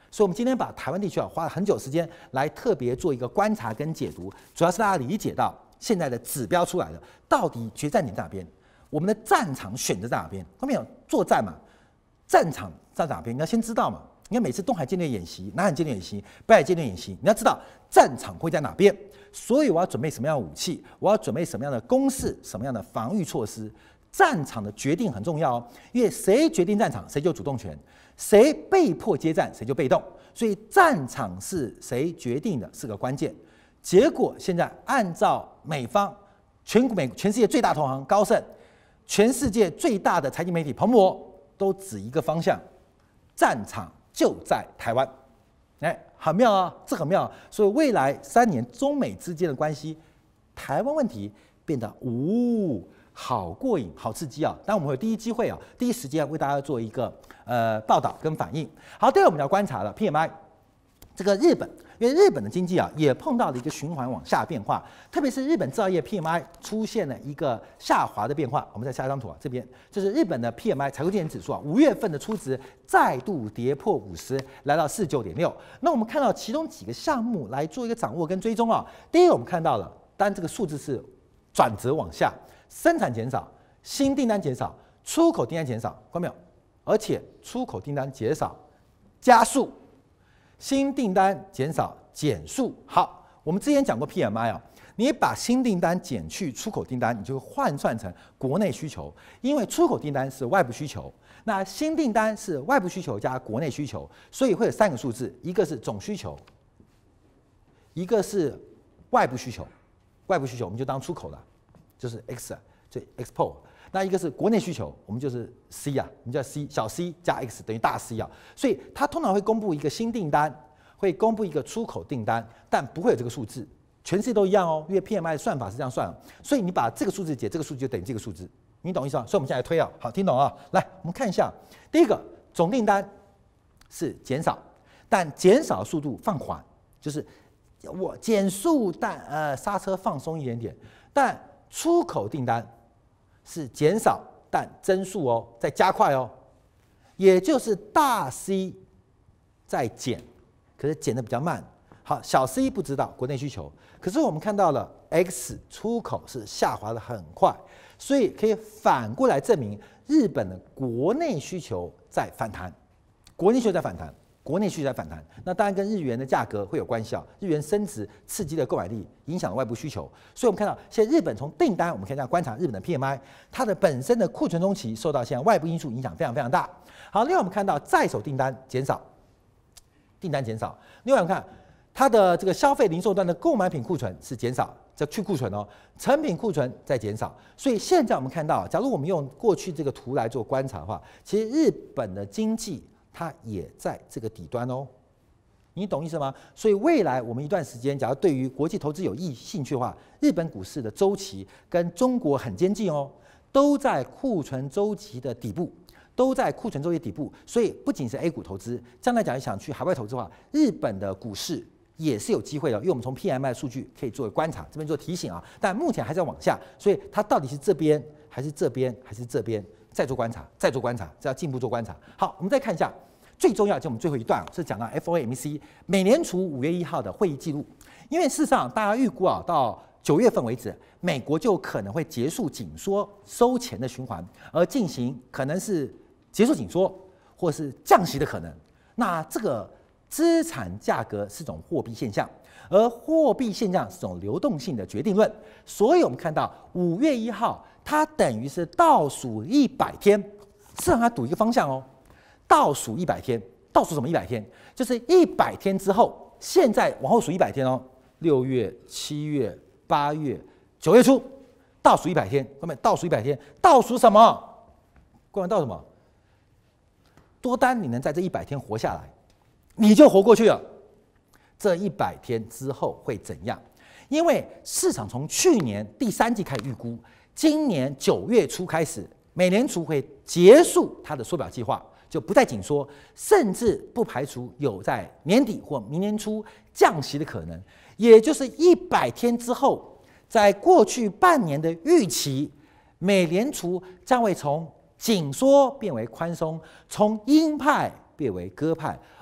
所以，我们今天把台湾地区花了很久时间来特别做一个观察跟解读，主要是大家理解到现在的指标出来了，到底决战点在哪边，我们的战场选择在哪边？后面有作战嘛，战场在哪边？你要先知道嘛。你看每次东海舰队演习、南海舰队演习、北海舰队演习，你要知道战场会在哪边，所以我要准备什么样的武器，我要准备什么样的攻势，什么样的防御措施。战场的决定很重要哦，因为谁决定战场，谁就主动权；谁被迫接战，谁就被动。所以战场是谁决定的，是个关键。结果现在按照美方全世界最大投行高盛，全世界最大的财经媒体彭博都指一个方向，战场就在台湾。很妙啊，这很妙。所以未来3年中美之间的关系，台湾问题变得好过瘾，好刺激啊！当然我们会有第一机会啊，第一时间为大家做一个报道跟反应。好，第二我们要观察了 PMI， 这个日本，因为日本的经济啊也碰到了一个循环往下变化，特别是日本制造业 PMI 出现了一个下滑的变化。我们再下一张图啊，这边这是日本的 PMI 采购经理指数啊，5月份的初值再度跌破50，来到49.6。那我们看到其中几个项目来做一个掌握跟追踪啊。第一个我们看到了，当然这个数字是转折往下。生产减少，新订单减少，出口订单减少，看到没有？而且出口订单减少加速，新订单减少减速。好，我们之前讲过 PMI 啊，你把新订单减去出口订单，你就换算成国内需求，因为出口订单是外部需求，那新订单是外部需求加国内需求，所以会有3个数字，一个是总需求，一个是外部需求，外部需求我们就当出口了。就是 X 啊，所以 export。那一个是国内需求，我们就是 C 啊，我们叫 C 小 c 加 X 等于大 C 啊。所以它通常会公布一个新订单，会公布一个出口订单，但不会有这个数字，全世界都一样哦，因为 PMI 的算法是这样算的。所以你把这个数字解这个数字就等于这个数字，你懂意思吗？所以我们现在来推啊，好，听懂啊？来，我们看一下，第一个总订单是减少，但减少速度放缓，就是我减速但刹车放松一点点，但出口订单是减少，但增速哦，在加快哦，也就是大 C 在减，可是减的比较慢。好，小 C 不知道国内需求，可是我们看到了 X 出口是下滑的很快，所以可以反过来证明日本的国内需求在反弹，国内需求在反弹。国内需求在反弹，那当然跟日元的价格会有关系啊。日元升值刺激了购买力，影响了外部需求。所以我们看到，现在日本从订单，我们可以这样观察日本的 PMI， 它的本身的库存中期受到现在外部因素影响非常非常大。好，另外我们看到在手订单减少，订单减少。另外我们看它的这个消费零售端的购买品库存是减少，这去库存哦，成品库存在减少。所以现在我们看到，假如我们用过去这个图来做观察的话，其实日本的经济它也在这个底端哦，你懂意思吗？所以未来我们一段时间，假如对于国际投资有兴趣的话，日本股市的周期跟中国很接近哦，都在库存周期的底部，所以不仅是 A 股投资，将来假如想去海外投资的话，日本的股市也是有机会的，因为我们从 PMI 数据可以作为观察，这边做提醒啊。但目前还在往下，所以它到底是这边还是这边还是这边？再做观察，这要进一步做观察。好，我们再看一下，最重要就我们最后一段是讲到 FOMC 美联储5月1号的会议记录。因为事实上大家预估啊，到9月份为止，美国就可能会结束紧缩收钱的循环，而进行可能是结束紧缩或是降息的可能。那这个资产价格是种货币现象，而货币现象是种流动性的决定论。所以我们看到5月1号。它等于是倒数100天，是让它赌一个方向哦。倒数100天，倒数什么100天？就是100天之后，现在往后数100天哦。6月、7月、8月、9月初，倒数100天。各位，倒数100天，倒数什么？各位，倒什么？多单你能在这100天活下来，你就活过去了。这100天之后会怎样？因为市场从去年第3季开始预估。今年9月初开始，美联储会结束它的缩表计划，就不再紧缩，甚至不排除有在年底或明年初降息的可能。也就是100天之后，在过去半年的预期，美联储将会从紧缩变为宽松，从鹰派变为鸽派，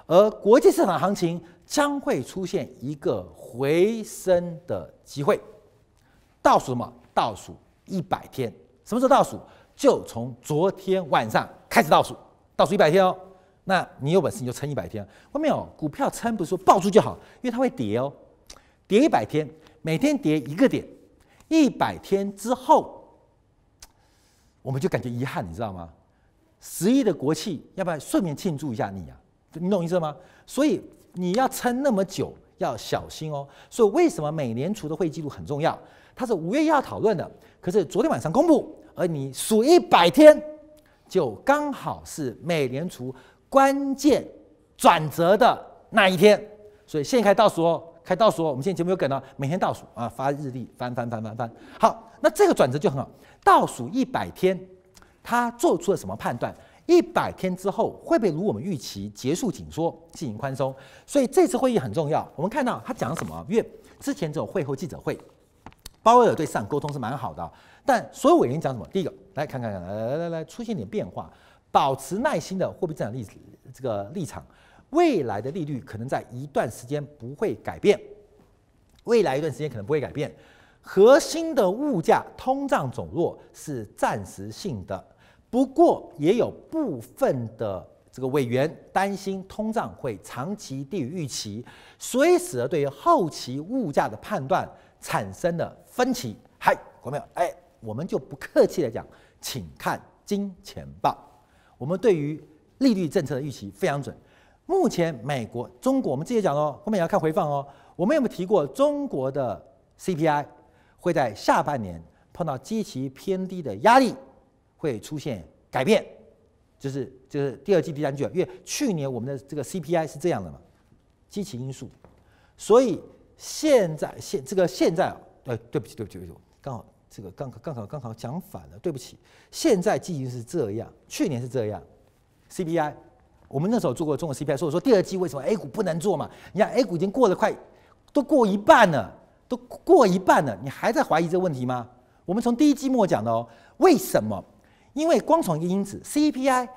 而国际市场行情将会出现一个回升的机会。倒数什么？倒数100天。什么时候倒数？就从昨天晚上开始倒数，倒数100天哦。那你有本事你就撑100天。外面有股票撑不是说爆出就好，因为它会跌哦，跌100天，每天跌1个点，100天之后，我们就感觉遗憾，你知道吗？11的国庆，要不然顺便庆祝一下你啊，你懂意思吗？所以你要撑那么久，要小心哦。所以为什么美联储的会议记录很重要？它是5月1号讨论的，可是昨天晚上公布，而你数100天，就刚好是美联储关键转折的那一天。所以现在开倒数哦，开倒数哦。我们现在节目有梗了，每天倒数啊，发日历，翻。好，那这个转折就很好。倒数100天，他做出了什么判断？100天之后会不会如我们预期结束紧缩，进行宽松？所以这次会议很重要。我们看到他讲什么？因为之前这种会后记者会。鲍威尔对市场沟通是蛮好的，但所有委员讲什么？第一个，来看，来，出现点变化，保持耐心的货币政策立场，未来的利率可能在一段时间不会改变，核心的物价通胀走弱是暂时性的，不过也有部分的这个委员担心通胀会长期低于预期，所以使得对于后期物价的判断产生了分歧。嗨，观众朋友，我们就不客气的讲，请看金钱报。我们对于利率政策的预期非常准。目前美国、中国，我们之前讲哦，后面也要看回放哦。我们有没有提过中国的 CPI 会在下半年碰到基期偏低的压力，会出现改变？就是第二季、第三季，因为去年我们的这个 CPI 是这样的嘛，基期因素，所以现在，对不起，刚好这个刚好讲反了，对不起。现在基期是这样，去年是这样 ，CPI， 我们那时候做过中国 CPI， 所以说第二季为什么 A 股不能做嘛？你看 A 股已经过了都过一半了，你还在怀疑这个问题吗？我们从第一季末讲的哦，为什么？因为光从一个因子 CPI，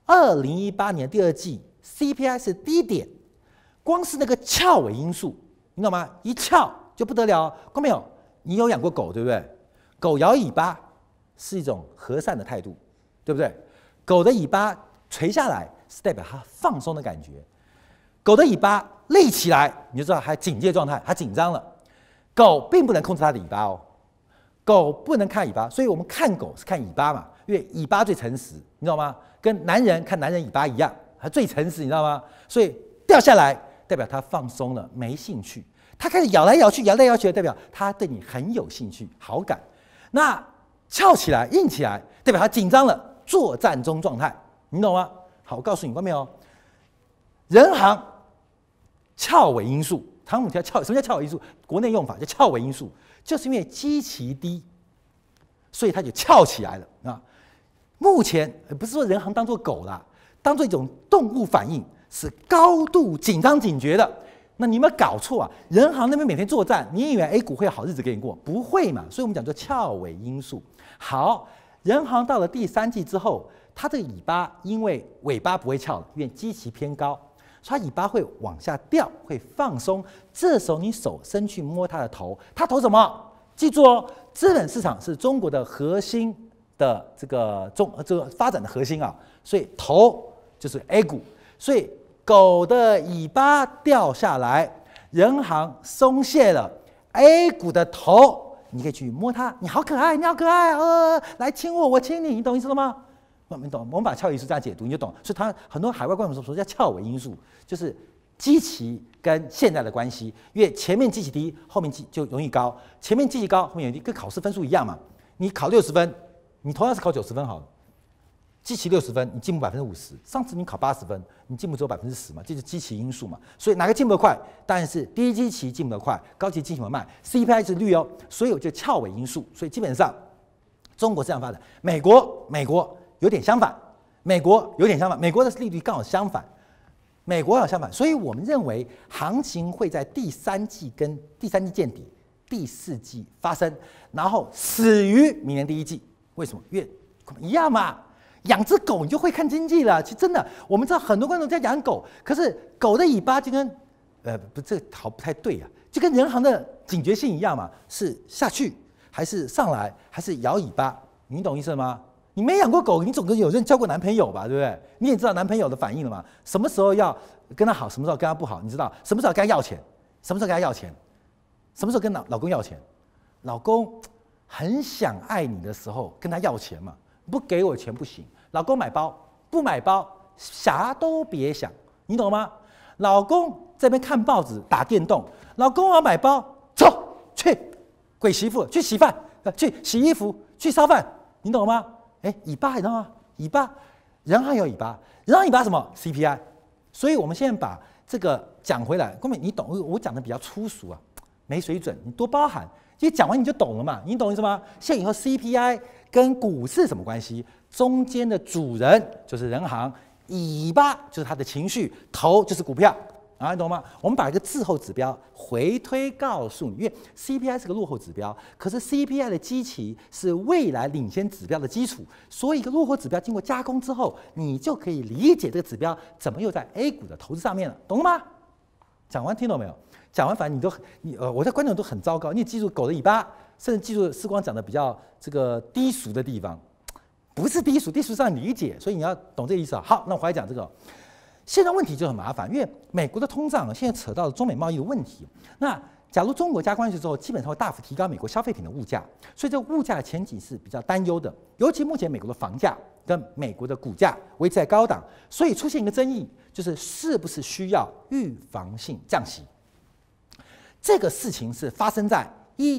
2018年第二季 CPI 是低点，光是那个翘尾因素，你懂吗？一翘就不得了。观众朋友，你有养过狗对不对？狗摇尾巴是一种和善的态度，对不对？狗的尾巴垂下来是代表它放松的感觉，狗的尾巴立起来，你就知道它警戒状态，它紧张了。狗并不能控制它的尾巴哦，狗不能看尾巴，所以我们看狗是看尾巴嘛。因为尾巴最诚实，你知道吗？跟男人看男人尾巴一样，它最诚实，你知道吗？所以掉下来代表它放松了，没兴趣；它开始咬来咬去，代表它对你很有兴趣、好感。那翘起来、硬起来，代表它紧张了，作战中状态，你懂吗？好，我告诉你，观众朋友，人行翘尾因素，汤姆条翘，什么叫翘尾因素？国内用法叫翘尾因素，就是因为基期低，所以它就翘起来了啊。目前不是说人行当作狗啦，当作一种动物反应，是高度紧张警觉的。那你有没有搞错啊？人行那边每天作战，你以为 A 股会有好日子给你过？不会嘛。所以我们讲做翘尾因素。好，人行到了第三季之后，它这个尾巴因为尾巴不会翘了，因为基期偏高，所以它尾巴会往下掉，会放松。这时候你手伸去摸它的头，它头什么？记住哦，资本市场是中国的核心的这个发展的核心啊，所以头就是 A 股，所以狗的尾巴掉下来，人行松懈了 A 股的头，你可以去摸它，你好可爱，来亲我，我亲你，你懂意思了吗？你懂？我们把翘尾因素这样解读，你就懂。所以它很多海外观众说叫翘尾因素，就是基期跟现在的关系，因为前面基期低，后面就容易高；前面基期高，后面跟考试分数一样嘛。你考60分，你同样是考90分好了，基期60分，你进步50%。上次你考80分，你进步只有10%嘛，这是基期因素嘛。所以哪个进步得快？当然是低基期进步得快，高基期进步得慢。CPI 是绿哦，所以我就翘尾因素。所以基本上中国这样发展，美国有点相反，美国的利率刚好相反。所以我们认为行情会在第三季见底，第四季发生，然后死于明年第一季。为什么？因为一样嘛， 养只狗你就会看经济了。其实真的，我们知道很多观众在养狗，可是狗的尾巴就跟不，这好不太对啊，就跟人行的警觉性一样嘛，是下去还是上来，还是摇尾巴？你懂意思吗？你没养过狗，你总归有人交过男朋友吧，对不对？你也知道男朋友的反应了嘛？什么时候要跟他好，什么时候跟他不好？你知道什么时候跟他要钱？什么时候跟他要钱？什么时候跟老公要钱？老公很想爱你的时候跟他要钱嘛，不给我钱不行。老公买包不买包，啥都别想，你懂吗？老公这边看报纸打电动，老公要买包，走去鬼媳妇去洗饭，去洗衣服，去烧饭，你懂吗？尾巴你知道吗？尾巴，人还有尾巴，人还有尾巴什么 CPI？ 所以我们现在把这个讲回来，各位你懂？我讲的比较粗俗啊，没水准，你多包涵。其实讲完你就懂了嘛，你懂意思吗？现在以后 CPI 跟股市什么关系？中间的主人就是人行，尾巴就是他的情绪，头就是股票。啊，你懂吗？我们把一个滞后指标回推告诉你，因为 CPI 是个落后指标，可是 CPI 的基期是未来领先指标的基础，所以一个落后指标经过加工之后，你就可以理解这个指标怎么又在 A 股的投资上面了，懂了吗？讲完听懂没有？讲完反正我在观众都很糟糕，你也记住狗的尾巴，甚至记住世光讲的比较这个低俗的地方，不是低俗，低俗上理解，所以你要懂这个意思啊。好，那我回来讲这个。现在问题就很麻烦，因为美国的通胀现在扯到了中美贸易的问题。那假如中国加关税之后，基本上会大幅提高美国消费品的物价，所以这个物价的前景是比较担忧的。尤其目前美国的房价跟美国的股价维持在高档，所以出现一个争议，就是是不是需要预防性降息？这个事情是发生在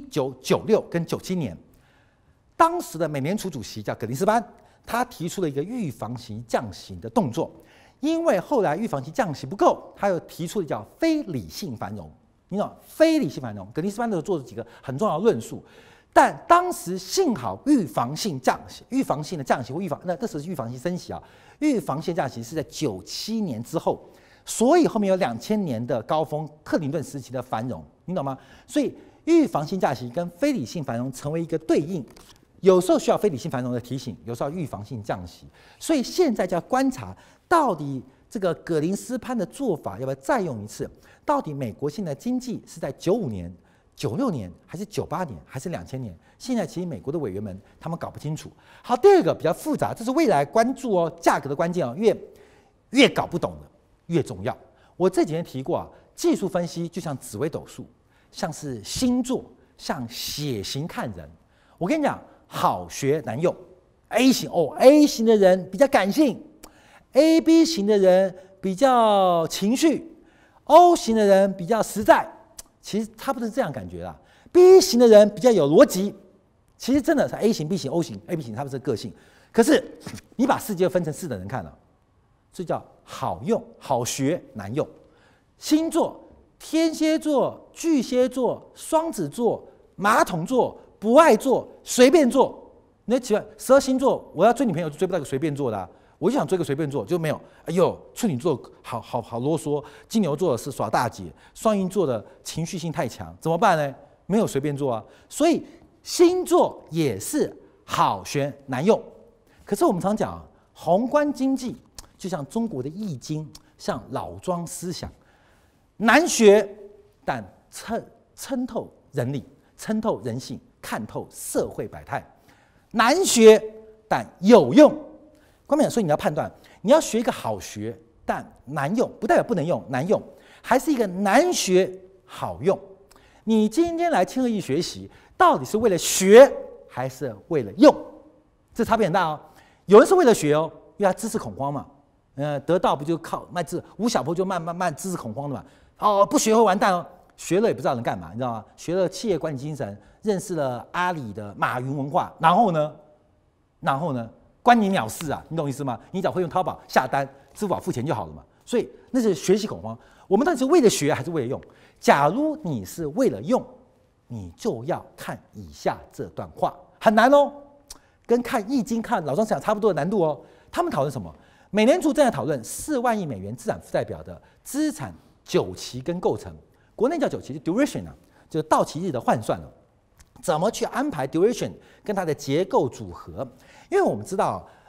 1996跟97年，当时的美联储主席叫葛林斯潘，他提出了一个预防性降息的动作。因为后来预防性降息不够，他又提出了叫非理性繁荣。你懂非理性繁荣，葛林斯潘都做了几个很重要的论述。但当时幸好预防性降息、预防性的降息或这时是预防性升息啊，预防性降息是在97年之后，所以后面有2000年的高峰，克林顿时期的繁荣，你懂吗？所以预防性降息跟非理性繁荣成为一个对应。有时候需要非理性繁荣的提醒，有时候要预防性降息，所以现在就要观察到底这个葛林斯潘的做法要不要再用一次？到底美国现在经济是在95年、96年，还是98年，还是2000年？现在其实美国的委员们他们搞不清楚。好，第二个比较复杂，这是未来关注哦，价格的关键哦，越搞不懂的越重要。我这几天提过啊，技术分析就像紫微斗数，像是星座，像血型看人。我跟你讲。好学难用 ，A 型，A 型的人比较感性 ，AB 型的人比较情绪 ，O 型的人比较实在。其实他不是这样感觉啦 ，B 型的人比较有逻辑。其实真的是 A 型、B 型、O 型、AB 型，他们是个性。可是你把世界分成4等人看了，这叫好用、好学难用。星座：天蝎座、巨蟹座、双子座、马桶座。不爱做，随便做。你奇怪，12星座，我要追女朋友就追不到个随便做的、啊，我就想追个随便做，就没有。哎呦，处女座好啰嗦，金牛座的是耍大姐，双鱼座的情绪性太强，怎么办呢？没有随便做啊。所以星座也是好学难用。可是我们常讲，宏观经济就像中国的易经，像老庄思想，难学，但参透人理，参透人性。看透社会百态，难学但有用。关键所以你要判断，你要学一个好学但难用，不代表不能用，难用，还是一个难学好用。你今天来清河驿学习，到底是为了学还是为了用？这差别很大哦。有人是为了学哦，因为他知识恐慌嘛。得到不就靠卖知，吴晓波就慢知识恐慌的嘛。哦，不学会完蛋哦。学了也不知道能干嘛，你知道吗？学了企业管理精神，认识了阿里的马云文化，然后呢，关你鸟事啊！你懂意思吗？你只要会用淘宝下单，支付宝付钱就好了嘛。所以那是学习恐慌。我们到底是为了学还是为了用？假如你是为了用，你就要看以下这段话，很难哦，跟看易经、看老庄思想差不多的难度哦。他们讨论什么？美联储正在讨论4万亿美元资产负债表的资产久期跟构成。国内叫久期，就 duration 啊，就是到期日的换算怎么去安排 duration 跟它的结构组合？因为我们知道，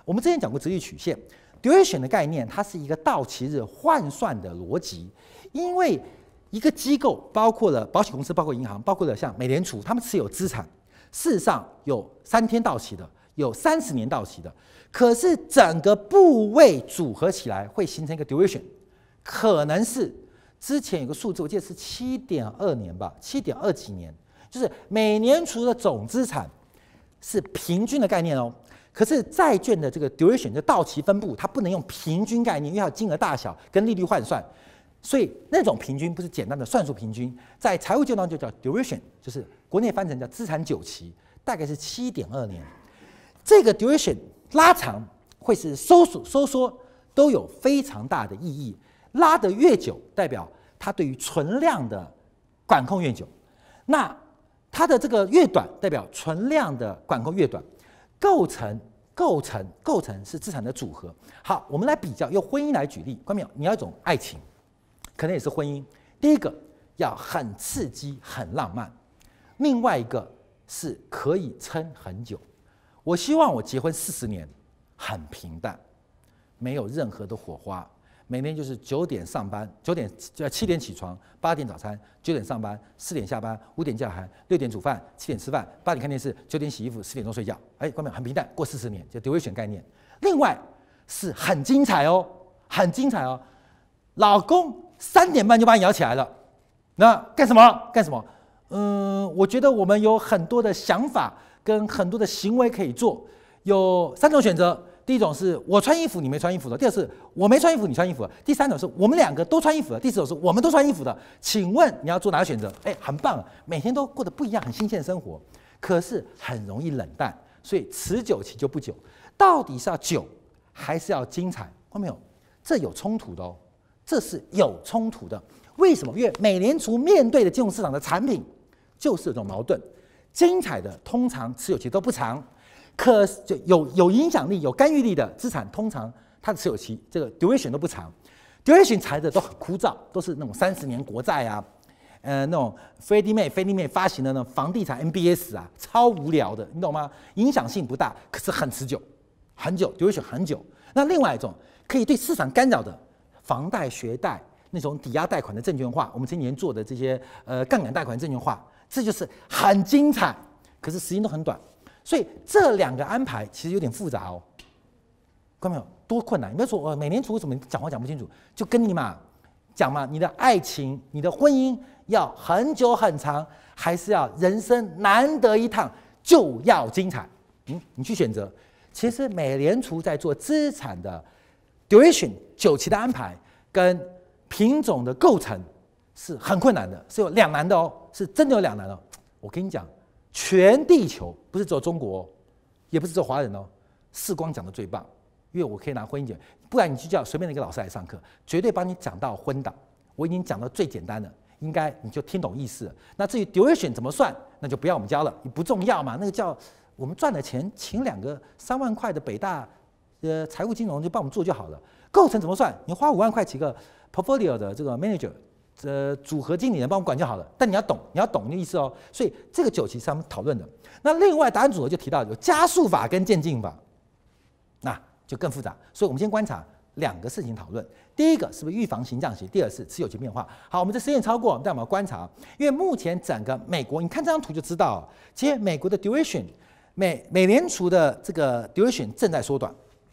我们之前讲过殖利率曲线 duration 的概念，它是一个到期日换算的逻辑，因为一个机构包括了保险公司、包括银行、包括了像美联储，他们持有资产，事实上有3天到期的，有30年到期的，可是整个部位组合起来会形成一个 duration， 可能是之前有个数字，我记得是7.2年吧，7.2几年，就是美联储的总资产是平均的概念哦。可是债券的这个 duration 就到期分布，它不能用平均概念，因为它有金额大小跟利率换算，所以那种平均不是简单的算术平均，在财务界当中就叫 duration， 就是国内翻成叫资产久期，大概是7.2年。这个 duration 拉长会是收缩都有非常大的意义，拉得越久，代表它对于存量的管控越久，那它的这个越短，代表存量的管控越短。构成是资产的组合。好，我们来比较，用婚姻来举例。观众朋友，你要一种爱情，可能也是婚姻。第一个要很刺激、很浪漫，另外一个是可以撑很久。我希望我结婚40年，很平淡，没有任何的火花。每天就是9点上班，7点起床，8点早餐，9点上班，4点下班，5点叫喊，6点煮饭，7点吃饭，8点看电视，9点洗衣服，10点钟睡觉。哎，观众很平淡，过40年，就 duration 概念。另外是很精彩哦，很精彩哦。老公3点半就把你摇起来了，那干什么？干什么？我觉得我们有很多的想法跟很多的行为可以做，有3种选择。第一种是我穿衣服你没穿衣服的，第二是我没穿衣服你穿衣服的，第三种是我们2个都穿衣服的，第四种是我们都穿衣服的。请问你要做哪个选择？哎，很棒，每天都过得不一样，很新鲜的生活，可是很容易冷淡，所以持久期就不久。到底是要久还是要精彩？看到没有？这有冲突的哦，这是有冲突的。为什么？因为美联储面对的金融市场的产品就是有这种矛盾，精彩的通常持有期都不长。可就有影响力、有干预力的资产，通常它的持有期这个 duration 都不长 ，duration 长的都很枯燥，都是那种30年国债啊，那种Fannie Mae发行的那种房地产 MBS 啊，超无聊的，你懂吗？影响性不大，可是很持久，很久 duration 很久。那另外一种可以对市场干扰的房贷、学贷那种抵押贷款的证券化，我们前几年做的这些杠杆贷款证券化，这就是很精彩，可是时间都很短。所以这2个安排其实有点复杂哦，看到没有？多困难！你不要说美联储为什么讲话讲不清楚，就跟你嘛讲嘛，你的爱情、你的婚姻要很久很长，还是要人生难得一趟就要精彩？你去选择。其实美联储在做资产的 duration 久期的安排跟品种的构成是很困难的，是有两难的哦，是真的有两难哦。我跟你讲。全地球不是只有中国、哦，也不是只有华人哦。世光讲的最棒，因为我可以拿婚姻讲，不然你去叫随便的一个老师来上课，绝对帮你讲到昏倒。我已经讲到最简单的，应该你就听懂意思了。那至于 duration 怎么算，那就不要我们教了，你不重要嘛。那个叫我们赚的钱，请2个3万块的北大财务金融就帮我们做就好了。构成怎么算？你花5万块请个 portfolio 的这个 manager。组合经理人帮我们管就好了，但你要懂的意思哦。所以这个9期是他们讨论的。那另外答案组合就提到有加速法跟渐进法，那就更复杂。所以我们先观察2个事情讨论。第一个是不是预防性降息，第二是持有期变化。好，我们这时间超过，但我们要观察，因为目前整个美国，你看这张图就知道，其实美国的 duration， 美联储的这个 duration 正在缩短。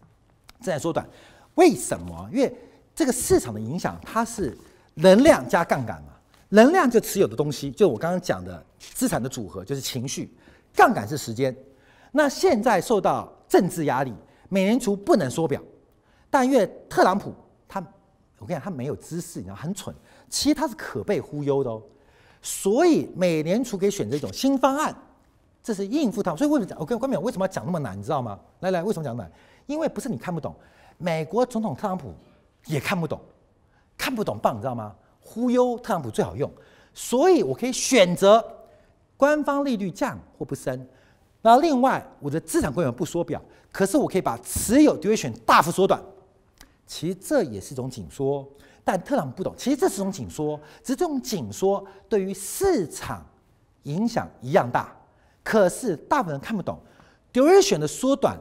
为什么？因为这个市场的影响，它是能量加杠杆嘛，能量就持有的东西，就我刚刚讲的资产的组合，就是情绪，杠杆是时间。那现在受到政治压力，美联储不能缩表，但因为特朗普我跟你讲，他没有知识，你知道很蠢，其实他是可被忽悠的哦。所以美联储可以选择一种新方案，这是应付他。所以为什么讲？我跟观众为什么要讲那么难，你知道吗？来，为什么讲难？因为不是你看不懂，美国总统特朗普也看不懂。看不懂棒，你知道吗？忽悠特朗普最好用，所以我可以选择官方利率降或不升。那另外，我的资产规模不缩表，可是我可以把持有 duration 大幅缩短。其实这也是一种紧缩，但特朗普不懂，其实这是一种紧缩，只是这种紧缩对于市场影响一样大。可是大部分人看不懂 duration 的缩短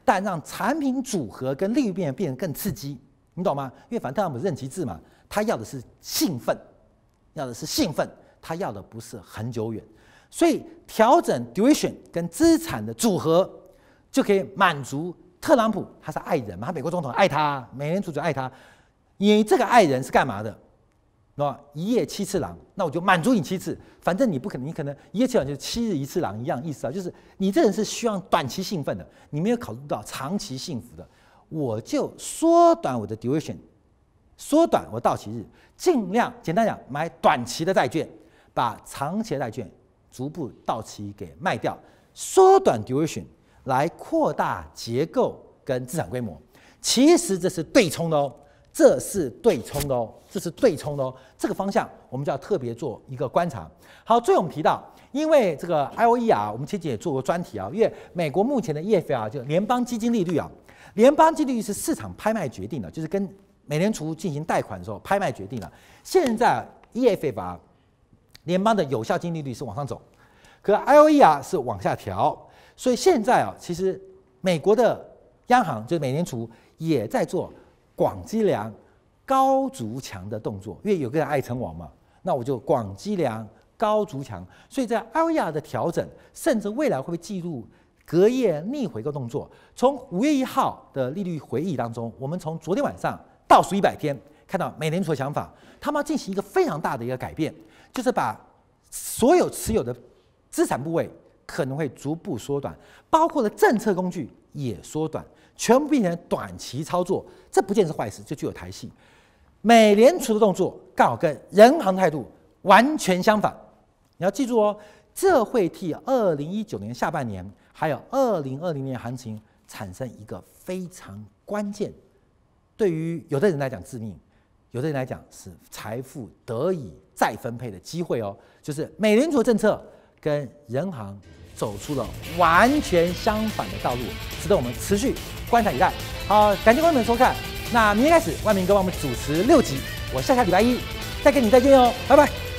但让产品组合跟利率变得更刺激，你懂吗？因为反正特朗普任期制嘛，他要的是兴奋，他要的不是很久远，所以调整 duration 跟资产的组合，就可以满足特朗普，他是爱人嘛，他美国总统爱他，美联储就爱他，你这个爱人是干嘛的？一夜7次郎，那我就满足你7次，反正你不可能，你可能一夜7次郎就是7日1次郎一样意思啊，就是你这人是需要短期兴奋的，你没有考虑到长期幸福的，我就缩短我的 duration， 缩短我到期日，尽量简单讲买短期的债券，把长期的债券逐步到期给卖掉，缩短 duration 来扩大结构跟资产规模，其实这是对冲的哦。这是对冲的哦，这个方向我们就要特别做一个观察。好，最后我们提到，因为这个 IOE 啊，我们前几天也做过专题啊，因为美国目前的 EFL 啊，就联邦基金利率啊，联邦基金利率是市场拍卖决定的，就是跟美联储进行贷款的时候拍卖决定的。现在 EFL 啊，联邦的有效金利率是往上走，可 IOE 啊是往下调，所以现在啊，其实美国的央行就是美联储也在做广积粮、高筑墙的动作，因为有个人爱称王嘛，那我就广积粮、高筑墙。所以在 IOE 的调整，甚至未来会不会记录隔夜逆回购动作？从5月1号的利率会议当中，我们从昨天晚上倒数100天，看到美联储的想法，他们要进行一个非常大的一个改变，就是把所有持有的资产部位可能会逐步缩短，包括了政策工具也缩短。全部变成短期操作，这不见是坏事，就具有台戏。美联储的动作刚好跟人行态度完全相反。你要记住哦，这会替2019年下半年还有2020年行情产生一个非常关键，对于有的人来讲致命，有的人来讲是财富得以再分配的机会哦。就是美联储政策跟人行走出了完全相反的道路，值得我们持续观察以待。好，感谢观众们收看。那明天开始，万明哥帮我们主持6集，我下礼拜一再跟你再见哦，拜拜。